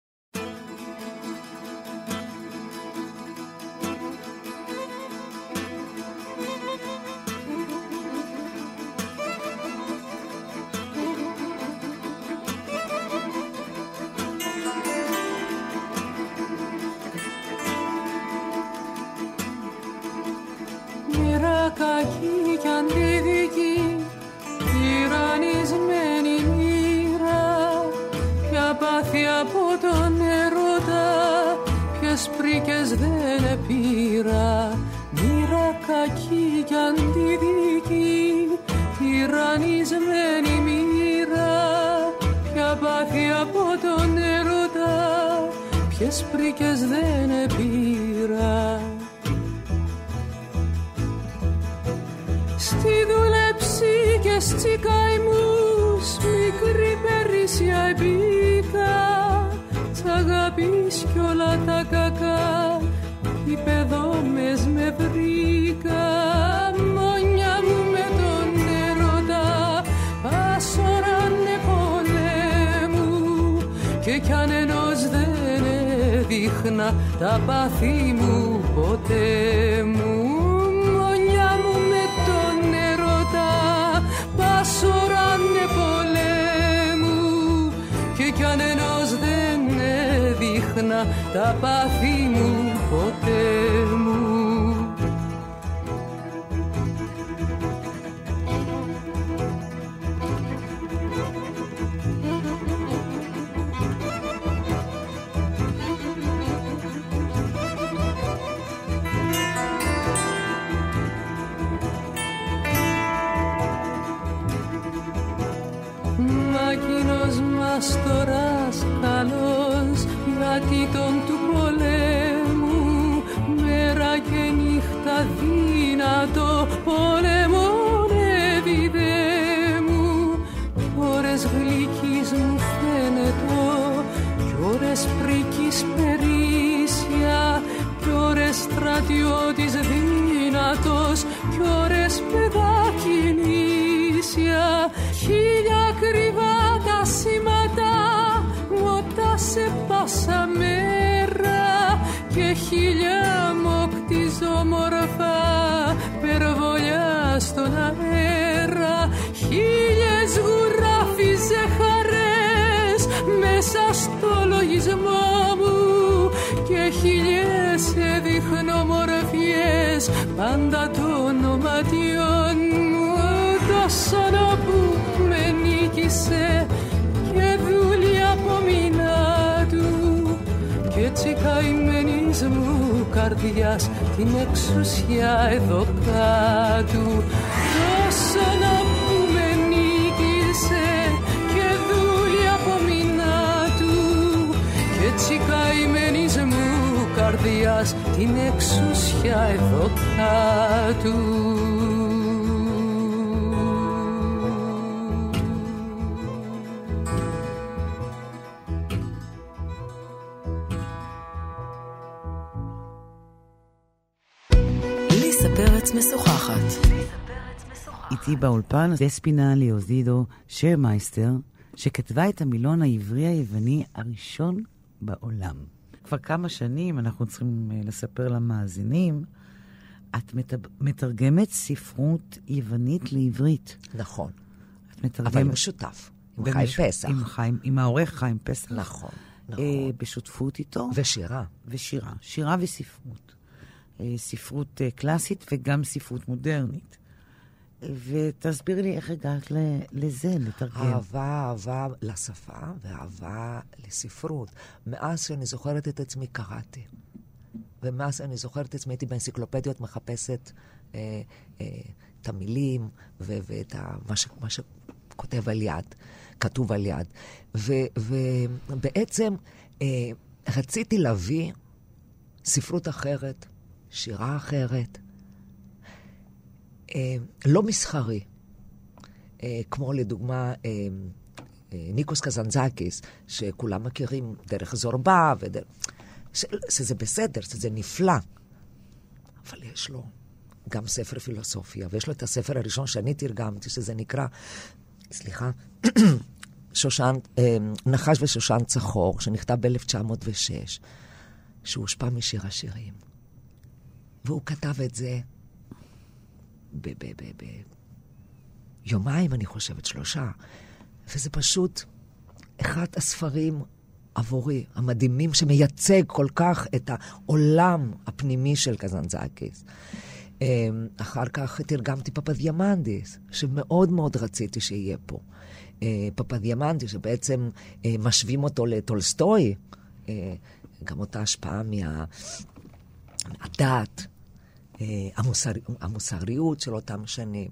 Speaker 5: Κακή κι αντιδική, τυραννισμένη μοίρα, ποια πάθη από τον έρωτα, ποιες πρίκες δεν επήρα. Μοίρα κακή κι αντιδική, τυραννισμένη μοίρα, ποια πάθη από τον έρωτα, ποιες πρίκες δεν επήρα. Στη δούλεψη και στις καημούς μικρή περίσσια επίκα, τ' αγάπης κι όλα τα κακά υπεδόμες με βρήκα. Μόνια μου με τον έρωτα πάσορανε πολέμου, και κι αν ενός δεν έδειχνα τα πάθη μου ποτέ μου. Πάσορανε πολέμου, και κι αν ενός δεν έδειχνα τα πάθη μου ποτέ μου. Μαστοράς καλός, γιατί τον του πολέμου μέρα και νύχτα δύνατο πολεμώνε δε μου. Κι ώρες γλυκής μου φαίνεται, κι ώρες πρίκης περίσσια, κι ώρες στρατιώτης δύνατος, κι ώρες παιδάκι νήσια. Χίλια κρυβά τα σήματα μότα σε πάσα μέρα, και χίλια μοκτιζόμορφα περβολιά στον αέρα. Χίλιες γουράφιζε χαρές μέσα στο λογισμό μου, και χίλιες έδειχνομορφιές πάντα των οματιών μου. Τόσο που με νίκησε και δούλη απομεινά του, κι έτσι καημένης μου καρδιάς την εξουσιά εδώ κάτω. Τόσο που με νίκησε και δούλη απομεινά του, κι έτσι καημένης μου καρδιάς την εξουσιά εδώ κάτω.
Speaker 2: משוחחת.
Speaker 3: איתי באולפן דספינה ליוזידו שרמייסטר, שכתבה את המילון העברי היווני הראשון בעולם. כבר כמה שנים אנחנו צריכים לספר למאזינים, את מתרגמת ספרות יוונית לעברית.
Speaker 4: נכון.
Speaker 3: את מתרגמת...
Speaker 4: אבל משותף. עם חיים פסח.
Speaker 3: עם, חיים, עם העורך חיים פסח.
Speaker 4: נכון. נכון.
Speaker 3: אה, בשותפות איתו.
Speaker 4: ושירה.
Speaker 3: ושירה. שירה וספרות. ספרות קלאסית וגם ספרות מודרנית. ותסביר לי איך הגעת לזה, לתרגם.
Speaker 4: אהבה, אהבה לשפה ואהבה לספרות. מאז שאני זוכרת את עצמי קראתי. ומאז אני זוכרת את עצמי, הייתי באנציקלופדיות מחפשת אה, אה, את המילים ו- ואת ה- מה, ש- מה שכותב על יד, כתוב על יד. ו- ובעצם אה, רציתי להביא ספרות אחרת, שירה אחרת, אה, לא מסחרי, אה, כמו לדוגמה אה, אה, ניקוס קזנזקיס, שכולם מכירים דרך זורבה, ודרך... ש... שזה בסדר, שזה נפלא. אבל יש לו גם ספר פילוסופיה, ויש לו את הספר הראשון שאני תרגמתי, שזה נקרא, סליחה, שושן, אה, נחש ושושן צחור, שנכתב ב-אלף תשע מאות ושש, שהוא הושפע משיר השירים. והוא כתב את זה ביומיים, אני חושבת, שלושה. וזה פשוט אחד הספרים עבורי, המדהימים, שמייצג כל כך את העולם הפנימי של קזנזקיס. אחר כך תרגמתי פפדיאמנדיס, שמאוד מאוד רציתי שיהיה פה. פפדיאמנדיס, שבעצם משווים אותו לטולסטוי, גם אותה השפעה מה... מהדת, המוסר... המוסריות של אותם שנים.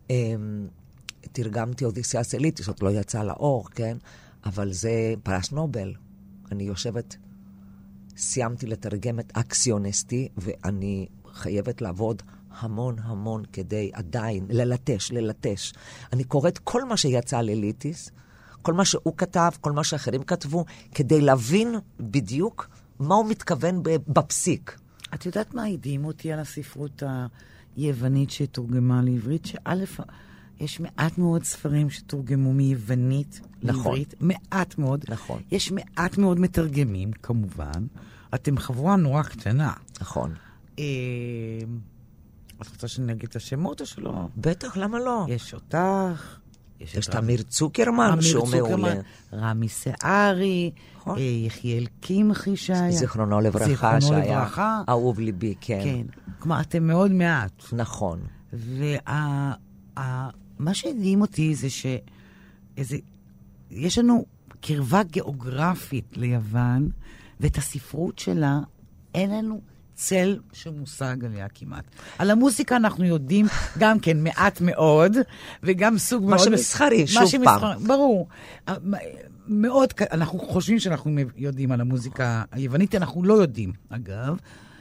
Speaker 4: תרגמתי אודיסאה סליטי, זאת לא יצאה לאור, כן? אבל זה פרס נובל. אני יושבת, סיימתי לתרגם את אקסיונסטי, ואני חייבת לעבוד המון המון כדי עדיין ללטש, ללטש. אני קוראת כל מה שיצא לליטיס, כל מה שהוא כתב, כל מה שאחרים כתבו, כדי להבין בדיוק מה הוא מתכוון בפסיק.
Speaker 3: את יודעת מה הדהים אותי על הספרות היוונית שתורגמה לעברית? שא', יש מעט מאוד ספרים שתורגמו מיוונית לעברית. נכון. מעט מאוד.
Speaker 4: נכון.
Speaker 3: יש מעט מאוד מתרגמים, כמובן. אתם חבורה נורא קטנה.
Speaker 4: נכון.
Speaker 3: אה, את רוצה שאני אגיד את השמות או שלא?
Speaker 4: בטח, למה לא?
Speaker 3: יש אותך.
Speaker 4: יש, יש את אמיר צוקרמן, שהוא מעולה.
Speaker 3: רמי סערי, נכון. אה, יחיאל קמחי שהיה.
Speaker 4: זיכרונו לברכה,
Speaker 3: זיכרונו
Speaker 4: שהיה
Speaker 3: לברכה.
Speaker 4: אהוב ליבי, כן.
Speaker 3: כן. כלומר, אתם מאוד מעט.
Speaker 4: נכון.
Speaker 3: וה... מה שהדהים אותי זה ש... איזה... יש לנו קרבה גיאוגרפית ליוון, ואת הספרות שלה אין לנו צל שמושג עליה כמעט. על המוסיקה אנחנו יודעים גם כן מעט מאוד, וגם סוג
Speaker 4: מה
Speaker 3: מאוד...
Speaker 4: שמסחרי, שוב
Speaker 3: שמסחר...
Speaker 4: פעם.
Speaker 3: ברור. מאוד, אנחנו חושבים שאנחנו יודעים על המוזיקה היוונית, אנחנו לא יודעים, אגב.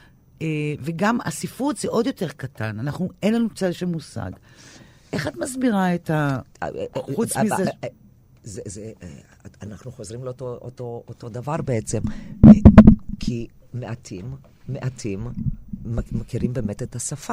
Speaker 3: וגם הספרות זה עוד יותר קטן, אנחנו, אין לנו צל שמושג. איך את מסבירה את ה... חוץ מזה...
Speaker 4: זה, זה, אנחנו חוזרים לאותו אותו, אותו דבר בעצם, כי מעטים, מעטים מכירים באמת את השפה.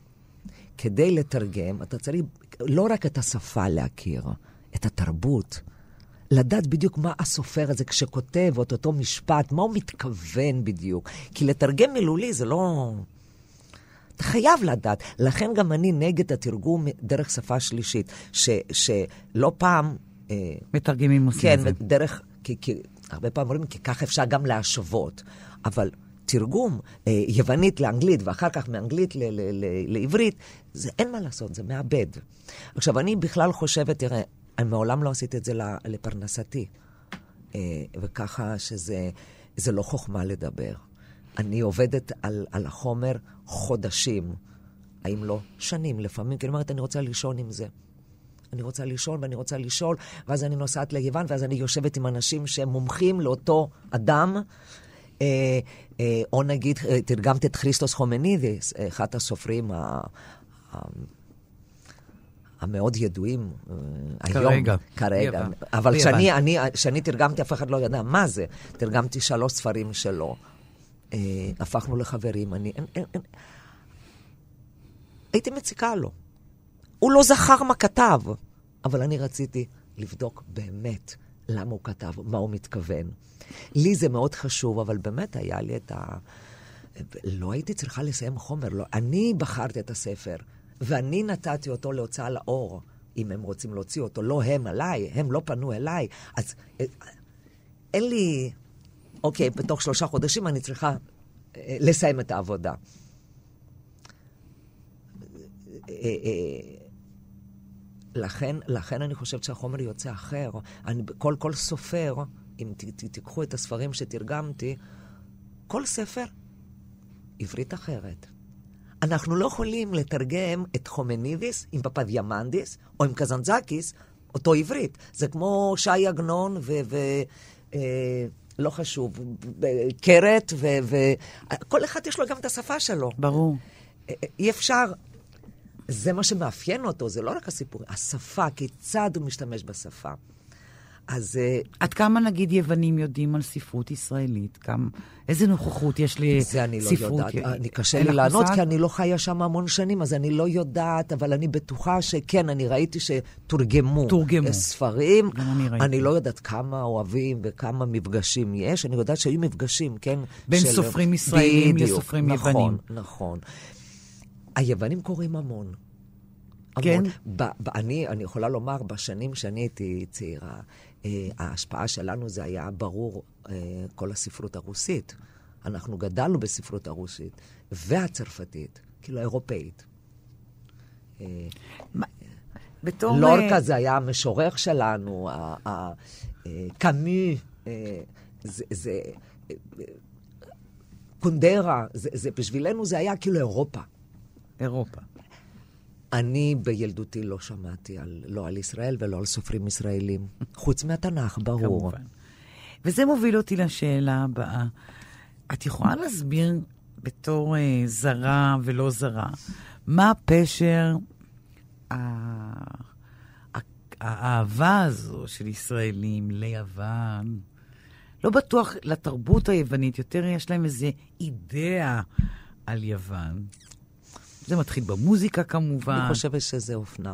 Speaker 4: כדי לתרגם, אתה צריך לא רק את השפה להכיר, את התרבות, לדעת בדיוק מה הסופר הזה כשכותב את אותו משפט, מה הוא מתכוון בדיוק. כי לתרגם מילולי זה לא... אתה חייב לדעת. לכן גם אני נגד התרגום דרך שפה שלישית, ש, שלא פעם...
Speaker 3: מתרגמים עושים
Speaker 4: כן,
Speaker 3: את זה.
Speaker 4: כן, דרך... כי, כי, הרבה פעם אומרים, כי כך אפשר גם להשוות. אבל תרגום אה, יוונית לאנגלית, ואחר כך מאנגלית ל, ל, ל, לעברית, זה אין מה לעשות, זה מאבד. עכשיו, אני בכלל חושבת, תראה, אני מעולם לא עשיתי את זה לפרנסתי. אה, וככה שזה זה לא חוכמה לדבר. אני עובדת על, על החומר חודשים, האם לא שנים לפעמים, כי אני אומרת, אני רוצה לישון עם זה. אני רוצה לישון ואני רוצה לשאול, ואז אני נוסעת ליוון, ואז אני יושבת עם אנשים שהם מומחים לאותו אדם, אה, אה, או נגיד, תרגמת את כריסטוס חומנידיס, אחד הסופרים ה, ה, המאוד ידועים
Speaker 3: כרגע.
Speaker 4: היום, כרגע. אבל כשאני, אני, כשאני תרגמתי, אף אחד לא ידע מה זה. תרגמתי שלוש ספרים שלו. אה, הפכנו לחברים. אני, אין, אין, אין. הייתי מציקה לו. הוא לא זכר מה כתב, אבל אני רציתי לבדוק באמת למה הוא כתב, מה הוא מתכוון. לי זה מאוד חשוב, אבל באמת היה לי את ה... לא הייתי צריכה לסיים חומר, לא. אני בחרתי את הספר, ואני נתתי אותו להוצאה לאור, אם הם רוצים להוציא אותו, לא הם עליי, הם לא פנו אליי. אז אין לי... אוקיי, בתוך שלושה חודשים אני צריכה לסיים את העבודה. לכן, לכן אני חושבת שהחומר יוצא אחר. אני, כל, כל סופר, אם ת, ת, תיקחו את הספרים שתרגמתי, כל ספר עברית אחרת. אנחנו לא יכולים לתרגם את חומנידיס עם פפדיאמנדיס, או עם קזנזקיס, אותו עברית. זה כמו שי עגנון ו... ו אה, לא חשוב, קרת, וכל אחד יש לו גם את השפה שלו.
Speaker 3: ברור.
Speaker 4: אי אפשר, זה מה שמאפיין אותו, זה לא רק הסיפור, השפה, כיצד הוא משתמש בשפה. אז...
Speaker 3: עד כמה נגיד יוונים יודעים על ספרות ישראלית? כמה, איזה נוכחות יש לי
Speaker 4: זה אני לא
Speaker 3: ספרות?
Speaker 4: יודעת. אני קשה לי לענות,
Speaker 3: מושג?
Speaker 4: כי אני לא חיה שם המון שנים, אז אני לא יודעת, אבל אני בטוחה שכן, אני ראיתי שתורגמו
Speaker 3: תורגמו.
Speaker 4: ספרים.
Speaker 3: אני,
Speaker 4: אני לא יודעת כמה אוהבים וכמה מפגשים יש. אני יודעת שהיו מפגשים, כן?
Speaker 3: בין
Speaker 4: של...
Speaker 3: סופרים ישראלים
Speaker 4: בדיוק,
Speaker 3: לסופרים
Speaker 4: נכון,
Speaker 3: יוונים.
Speaker 4: נכון, נכון. היוונים קוראים המון.
Speaker 3: כן?
Speaker 4: ב, ב, אני, אני יכולה לומר, בשנים שאני הייתי צעירה, אה, ההשפעה שלנו זה היה ברור, אה, כל הספרות הרוסית. אנחנו גדלנו בספרות הרוסית, והצרפתית, כאילו האירופאית. אה,
Speaker 3: מה, בתור...
Speaker 4: לורקה זה היה המשורר שלנו, ה, ה, אה, קאמי, אה, זה... זה אה, קונדרה, זה, זה, בשבילנו זה היה כאילו אירופה.
Speaker 3: אירופה.
Speaker 4: אני בילדותי לא שמעתי על, לא על ישראל ולא על סופרים ישראלים. חוץ מהתנ"ך, ברור.
Speaker 3: כמובן. וזה מוביל אותי לשאלה הבאה. את יכולה להסביר בתור אה, זרה ולא זרה, מה הפשר, ה- האהבה הזו של ישראלים ליוון? לא בטוח לתרבות היוונית, יותר יש להם איזו אידאה על יוון. זה מתחיל במוזיקה כמובן.
Speaker 4: אני חושבת שזה אופנה.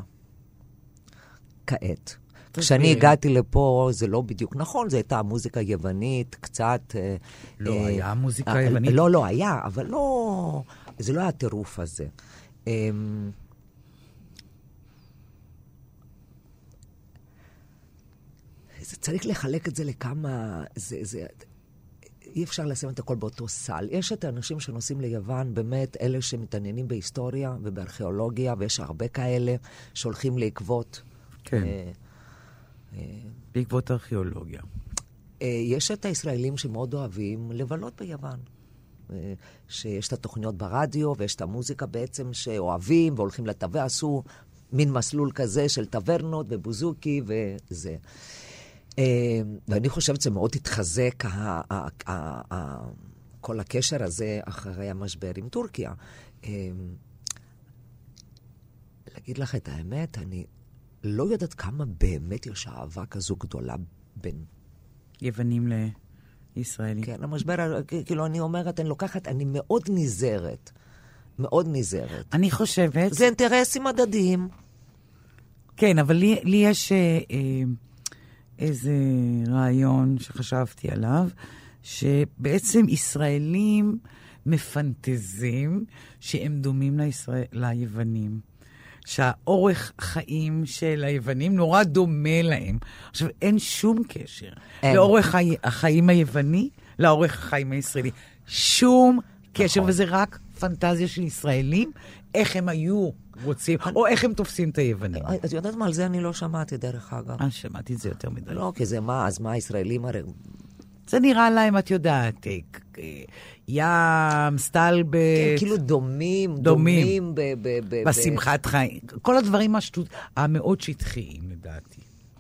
Speaker 4: כעת. כשאני הגעתי לפה, זה לא בדיוק נכון, זה הייתה מוזיקה יוונית, קצת...
Speaker 3: לא היה מוזיקה יוונית?
Speaker 4: לא, לא היה, אבל לא... זה לא היה הטירוף הזה. זה צריך לחלק את זה לכמה... זה... זה... אי אפשר לשים את הכל באותו סל. יש את האנשים שנוסעים ליוון, באמת אלה שמתעניינים בהיסטוריה ובארכיאולוגיה, ויש הרבה כאלה שהולכים לעקבות.
Speaker 3: כן. אה, אה, בעקבות הארכיאולוגיה.
Speaker 4: אה, יש את הישראלים שמאוד אוהבים לבלות ביוון. אה, שיש את התוכניות ברדיו, ויש את המוזיקה בעצם שאוהבים, והולכים לטבע, עשו מין מסלול כזה של טברנות ובוזוקי וזה. ואני חושבת שמאוד התחזק כל הקשר הזה אחרי המשבר עם טורקיה. להגיד לך את האמת, אני לא יודעת כמה באמת יש אהבה כזו גדולה בין...
Speaker 3: יוונים לישראלים.
Speaker 4: כן, המשבר, כאילו אני אומרת, אני לוקחת, אני מאוד נזהרת. מאוד נזהרת.
Speaker 3: אני חושבת...
Speaker 4: זה אינטרסים הדדיים.
Speaker 3: כן, אבל לי, לי יש... אה, איזה רעיון שחשבתי עליו, שבעצם ישראלים מפנטזים שהם דומים לישראל, ליוונים. שהאורך חיים של היוונים נורא דומה להם. עכשיו, אין שום קשר אין. לאורך חי... החיים היווני, לאורך החיים הישראלי. שום קשר, נכון. וזה רק פנטזיה של ישראלים, איך הם היו רוצים, או איך הם תופסים את היוונים.
Speaker 4: את יודעת מה, על זה אני לא שמעתי דרך אגב.
Speaker 3: אני שמעתי את זה יותר מדי.
Speaker 4: לא, כי זה מה, אז מה הישראלים הרי...
Speaker 3: זה נראה להם, את יודעת, ים, סטלבט.
Speaker 4: כאילו דומים, דומים.
Speaker 3: בשמחת חיים. כל הדברים המאוד שטחיים, לדעתי.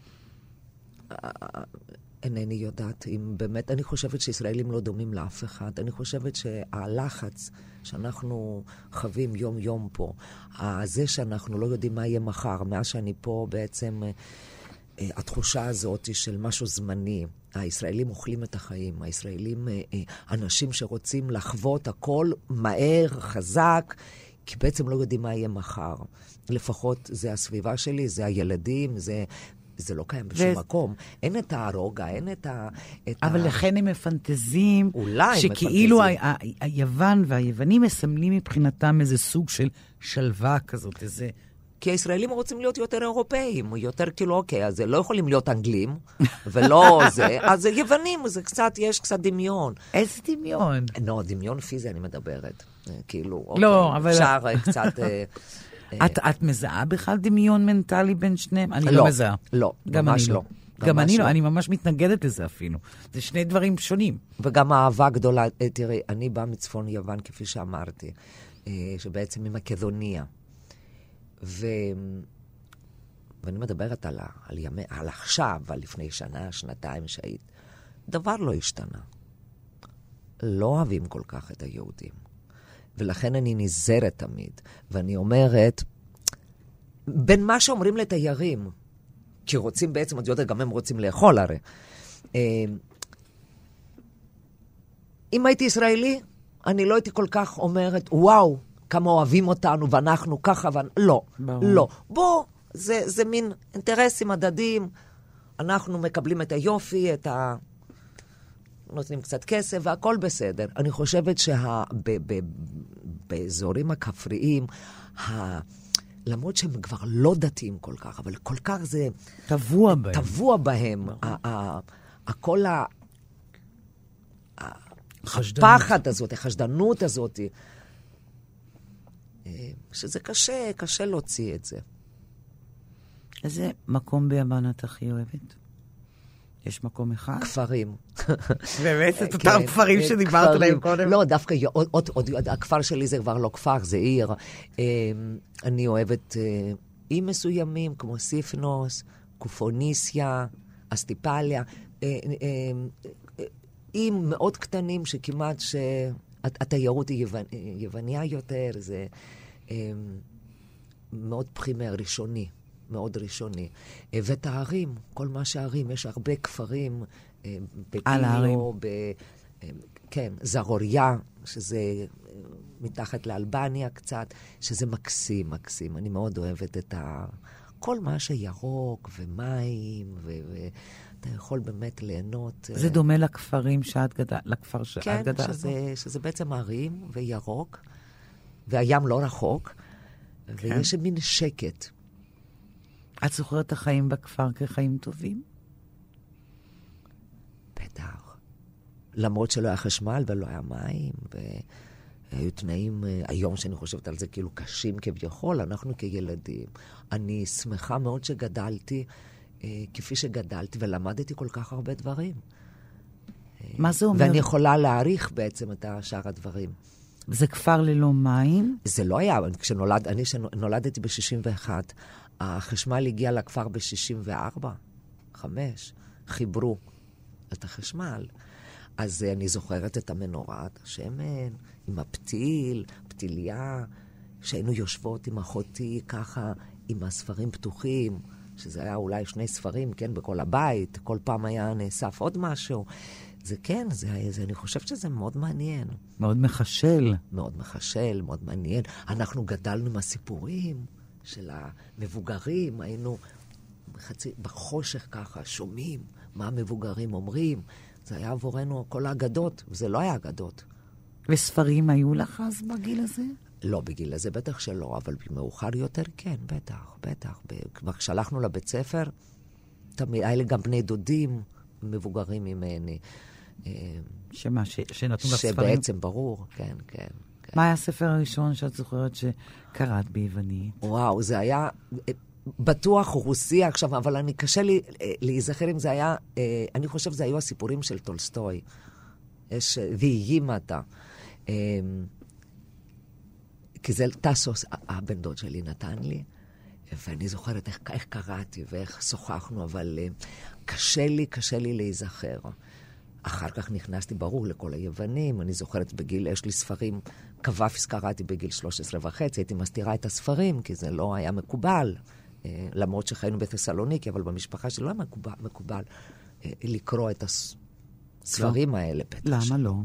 Speaker 4: אינני יודעת אם באמת, אני חושבת שישראלים לא דומים לאף אחד. אני חושבת שהלחץ שאנחנו חווים יום יום פה, זה שאנחנו לא יודעים מה יהיה מחר, מאז שאני פה בעצם, התחושה הזאת של משהו זמני. הישראלים אוכלים את החיים, הישראלים אנשים שרוצים לחוות הכל מהר, חזק, כי בעצם לא יודעים מה יהיה מחר. לפחות זה הסביבה שלי, זה הילדים, זה... זה לא קיים בשום ו... מקום. אין את הרוגע, אין את ה... את
Speaker 3: אבל
Speaker 4: ה...
Speaker 3: לכן הם מפנטזים,
Speaker 4: אולי
Speaker 3: שכאילו ה- ה- היוון והיוונים מסמלים מבחינתם איזה סוג של שלווה כזאת, איזה...
Speaker 4: כי הישראלים רוצים להיות יותר אירופאים, יותר כאילו, אוקיי, אז לא יכולים להיות אנגלים, ולא זה, אז יוונים, זה קצת, יש קצת דמיון.
Speaker 3: איזה דמיון?
Speaker 4: לא, דמיון פיזי אני מדברת. כאילו,
Speaker 3: לא,
Speaker 4: אוקיי,
Speaker 3: אבל...
Speaker 4: אפשר קצת...
Speaker 3: את, את מזהה בכלל דמיון מנטלי בין שניהם? אני לא, לא מזהה.
Speaker 4: לא, ממש לא.
Speaker 3: גם אני לא, אני ממש מתנגדת לזה אפילו. זה שני דברים שונים.
Speaker 4: וגם האהבה גדולה, תראי, אני באה מצפון יוון, כפי שאמרתי, שבעצם ממקדוניה. ו... ואני מדברת על, על, ימי, על עכשיו, על לפני שנה, שנתיים שהיית. דבר לא השתנה. לא אוהבים כל כך את היהודים. ולכן אני נזרת תמיד. ואני אומרת, בין מה שאומרים לתיירים, כי רוצים בעצם, את יודעת, גם הם רוצים לאכול הרי. אם הייתי ישראלי, אני לא הייתי כל כך אומרת, וואו, כמה אוהבים אותנו, ואנחנו ככה, ואנ... לא, ברור. לא. בוא, זה, זה מין אינטרסים הדדיים, אנחנו מקבלים את היופי, את ה... נותנים קצת כסף, והכל בסדר. אני חושבת שבאזורים הכפריים, ה... למרות שהם כבר לא דתיים כל כך, אבל כל כך זה...
Speaker 3: טבוע בהם.
Speaker 4: טבוע בהם. הכל ה... הפחד הזאת, החשדנות הזאת, שזה קשה, קשה להוציא את זה.
Speaker 3: איזה מקום ביוון את הכי אוהבת? יש מקום אחד?
Speaker 4: כפרים.
Speaker 3: באמת, את אותם כפרים שדיברת עליהם קודם?
Speaker 4: לא, דווקא הכפר שלי זה כבר לא כפר, זה עיר. אני אוהבת איים מסוימים, כמו סיפנוס, קופוניסיה, אסטיפליה, איים מאוד קטנים שכמעט שהתיירות היא יווניה יותר, זה מאוד פרימר, ראשוני. מאוד ראשוני. ואת הערים, כל מה שהערים, יש הרבה כפרים, בפיו, ב... כן, זרוריה, שזה מתחת לאלבניה קצת, שזה מקסים, מקסים. אני מאוד אוהבת את ה... כל מה שירוק ומים, ואתה יכול באמת ליהנות.
Speaker 3: זה דומה לכפרים שאת גדלת, לכפר שאת
Speaker 4: כן,
Speaker 3: גדלת?
Speaker 4: כן, שזה, שזה בעצם ערים וירוק, והים לא רחוק, כן. ויש מין שקט.
Speaker 3: את זוכרת את החיים בכפר כחיים טובים?
Speaker 4: בטח. למרות שלא היה חשמל ולא היה מים, והיו תנאים, היום שאני חושבת על זה, כאילו קשים כביכול, אנחנו כילדים. אני שמחה מאוד שגדלתי, כפי שגדלתי, ולמדתי כל כך הרבה דברים.
Speaker 3: מה זה אומר?
Speaker 4: ואני יכולה להעריך בעצם את שאר הדברים.
Speaker 3: זה כפר ללא מים?
Speaker 4: זה לא היה, כשנולד, אני שנולדתי ב-שישים ואחת, החשמל הגיע לכפר ב-שישים וארבע, חמש, חיברו את החשמל. אז אני זוכרת את המנורת השמן, עם הפתיל, פתיליה, שהיינו יושבות עם אחותי ככה, עם הספרים פתוחים, שזה היה אולי שני ספרים, כן, בכל הבית, כל פעם היה נאסף עוד משהו. זה כן, זה, זה, אני חושבת שזה מאוד מעניין.
Speaker 3: מאוד מחשל.
Speaker 4: מאוד מחשל, מאוד מעניין. אנחנו גדלנו עם הסיפורים של המבוגרים, היינו בחצי, בחושך ככה, שומעים מה המבוגרים אומרים. זה היה עבורנו כל האגדות, וזה לא היה אגדות.
Speaker 3: וספרים היו לך אז בגיל הזה?
Speaker 4: לא בגיל הזה, בטח שלא, אבל מאוחר יותר כן, בטח, בטח. כבר כשהלכנו לבית ספר, תמיד, היה לי גם בני דודים מבוגרים ממני.
Speaker 3: שמה, ש, שנתנו לך ספרים?
Speaker 4: שבעצם ברור, כן, כן. כן.
Speaker 3: מה היה הספר הראשון שאת זוכרת שקראת ביוונית?
Speaker 4: וואו, זה היה בטוח רוסי עכשיו, אבל אני קשה לי להיזכר אם זה היה, אני חושב שזה היו הסיפורים של טולסטוי. יש ויהימתה. כי זה טסוס, הבן דוד שלי נתן לי, ואני זוכרת איך, איך קראתי ואיך שוחחנו, אבל קשה לי, קשה לי להיזכר. אחר כך נכנסתי ברור לכל היוונים, אני זוכרת בגיל, יש לי ספרים, קוואפיס קראתי בגיל שלוש עשרה וחצי, הייתי מסתירה את הספרים, כי זה לא היה מקובל, למרות שחיינו בתסלוניקי, אבל במשפחה שלי לא היה מקובל, מקובל לקרוא את הספרים לא. האלה.
Speaker 3: למה לא?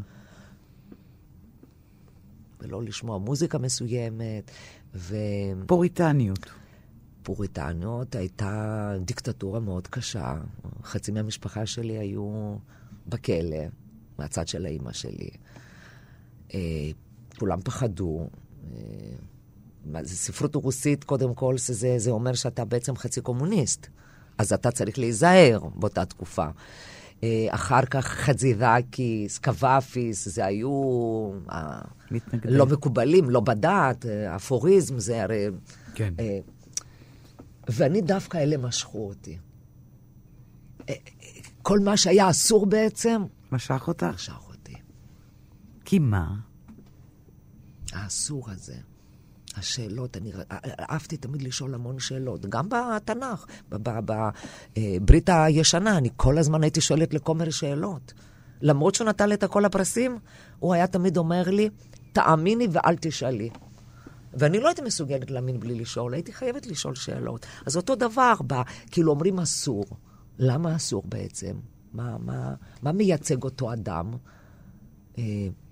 Speaker 4: ולא לשמוע מוזיקה מסוימת. ו...
Speaker 3: פוריטניות.
Speaker 4: פוריטניות הייתה דיקטטורה מאוד קשה. חצי מהמשפחה שלי היו בכלא, מהצד של האמא שלי. כולם פחדו. זה ספרות רוסית, קודם כל, זה, זה אומר שאתה בעצם חצי קומוניסט. אז אתה צריך להיזהר באותה תקופה. אחר כך חזירקיס, קוואפיס, זה היו מתנגדים. לא מקובלים, לא בדעת, אפוריזם, זה הרי...
Speaker 3: כן.
Speaker 4: ואני דווקא אלה משכו אותי. כל מה שהיה אסור בעצם,
Speaker 3: משך אותך?
Speaker 4: משך אותי.
Speaker 3: כי מה?
Speaker 4: האסור הזה. השאלות, אני אהבתי תמיד לשאול המון שאלות, גם בתנ"ך, בברית הישנה, אני כל הזמן הייתי שואלת לכומר שאלות. למרות שהוא נתן לי את כל הפרסים, הוא היה תמיד אומר לי, תאמיני ואל תשאלי. ואני לא הייתי מסוגלת להאמין בלי לשאול, הייתי חייבת לשאול שאלות. אז אותו דבר, בא, כאילו אומרים אסור. למה אסור בעצם? מה, מה, מה מייצג אותו אדם? אה,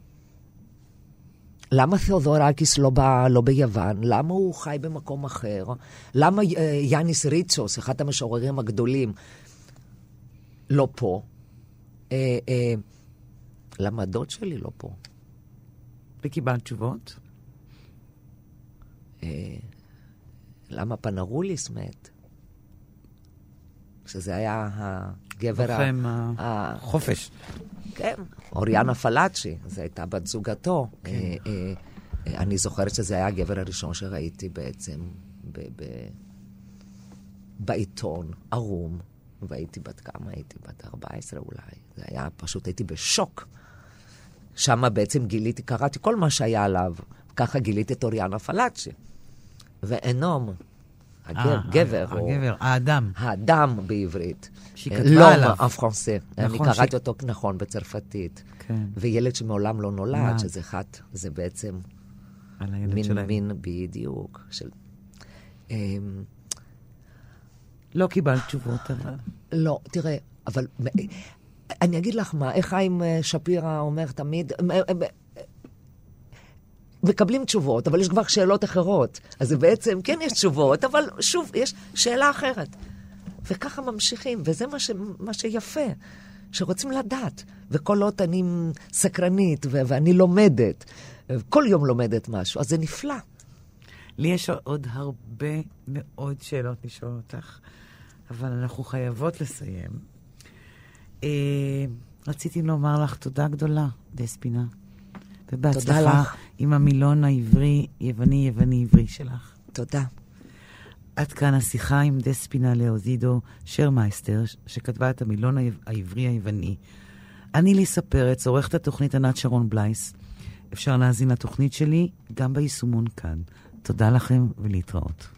Speaker 4: למה תיאודורקיס לא, בא, לא ביוון? למה הוא חי במקום אחר? למה אה, יאניס ריצ'וס, אחד המשוררים הגדולים, לא פה? אה, אה, למה הדוד שלי לא פה?
Speaker 3: וקיבלת תשובות?
Speaker 4: אה, למה פנרוליס מת? שזה היה הגבר...
Speaker 3: לכם החופש.
Speaker 4: כן, אוריאנה פלאצ'י, זו הייתה בת זוגתו. כן. אה, אה, אה, אני זוכרת שזה היה הגבר הראשון שראיתי בעצם ב- ב- בעיתון, ערום, והייתי בת כמה? הייתי בת ארבע עשרה אולי. זה היה, פשוט הייתי בשוק. שם בעצם גיליתי, קראתי כל מה שהיה עליו, ככה גיליתי את אוריאנה פלאצ'י. ואנום, הגבר,
Speaker 3: הגבר, האדם.
Speaker 4: האדם בעברית.
Speaker 3: שכתבה עליו.
Speaker 4: לא, הפרנסה. אני קראתי אותו נכון בצרפתית.
Speaker 3: כן.
Speaker 4: וילד שמעולם לא נולד, שזה אחד, זה בעצם מין מין בדיוק.
Speaker 3: לא קיבלת תשובות, אבל...
Speaker 4: לא, תראה, אבל אני אגיד לך מה, איך חיים שפירא אומר תמיד... מקבלים תשובות, אבל יש כבר שאלות אחרות. אז זה בעצם, כן יש תשובות, אבל שוב, יש שאלה אחרת. וככה ממשיכים, וזה מה, ש, מה שיפה, שרוצים לדעת. וכל עוד אני סקרנית, ו- ואני לומדת, כל יום לומדת משהו, אז זה נפלא.
Speaker 3: לי יש עוד הרבה מאוד שאלות לשאול אותך, אבל אנחנו חייבות לסיים. אה, רציתי לומר לך תודה גדולה, דספינה. ובהצלחה עם המילון העברי, יווני, יווני עברי שלך.
Speaker 4: תודה.
Speaker 3: עד כאן השיחה עם דספינה לאוזידו שרמייסטר, שכתבה את המילון העברי היווני. אני ליסה פרץ, עורכת התוכנית ענת שרון בלייס. אפשר להזין לתוכנית שלי גם ביישומון כאן. תודה לכם ולהתראות.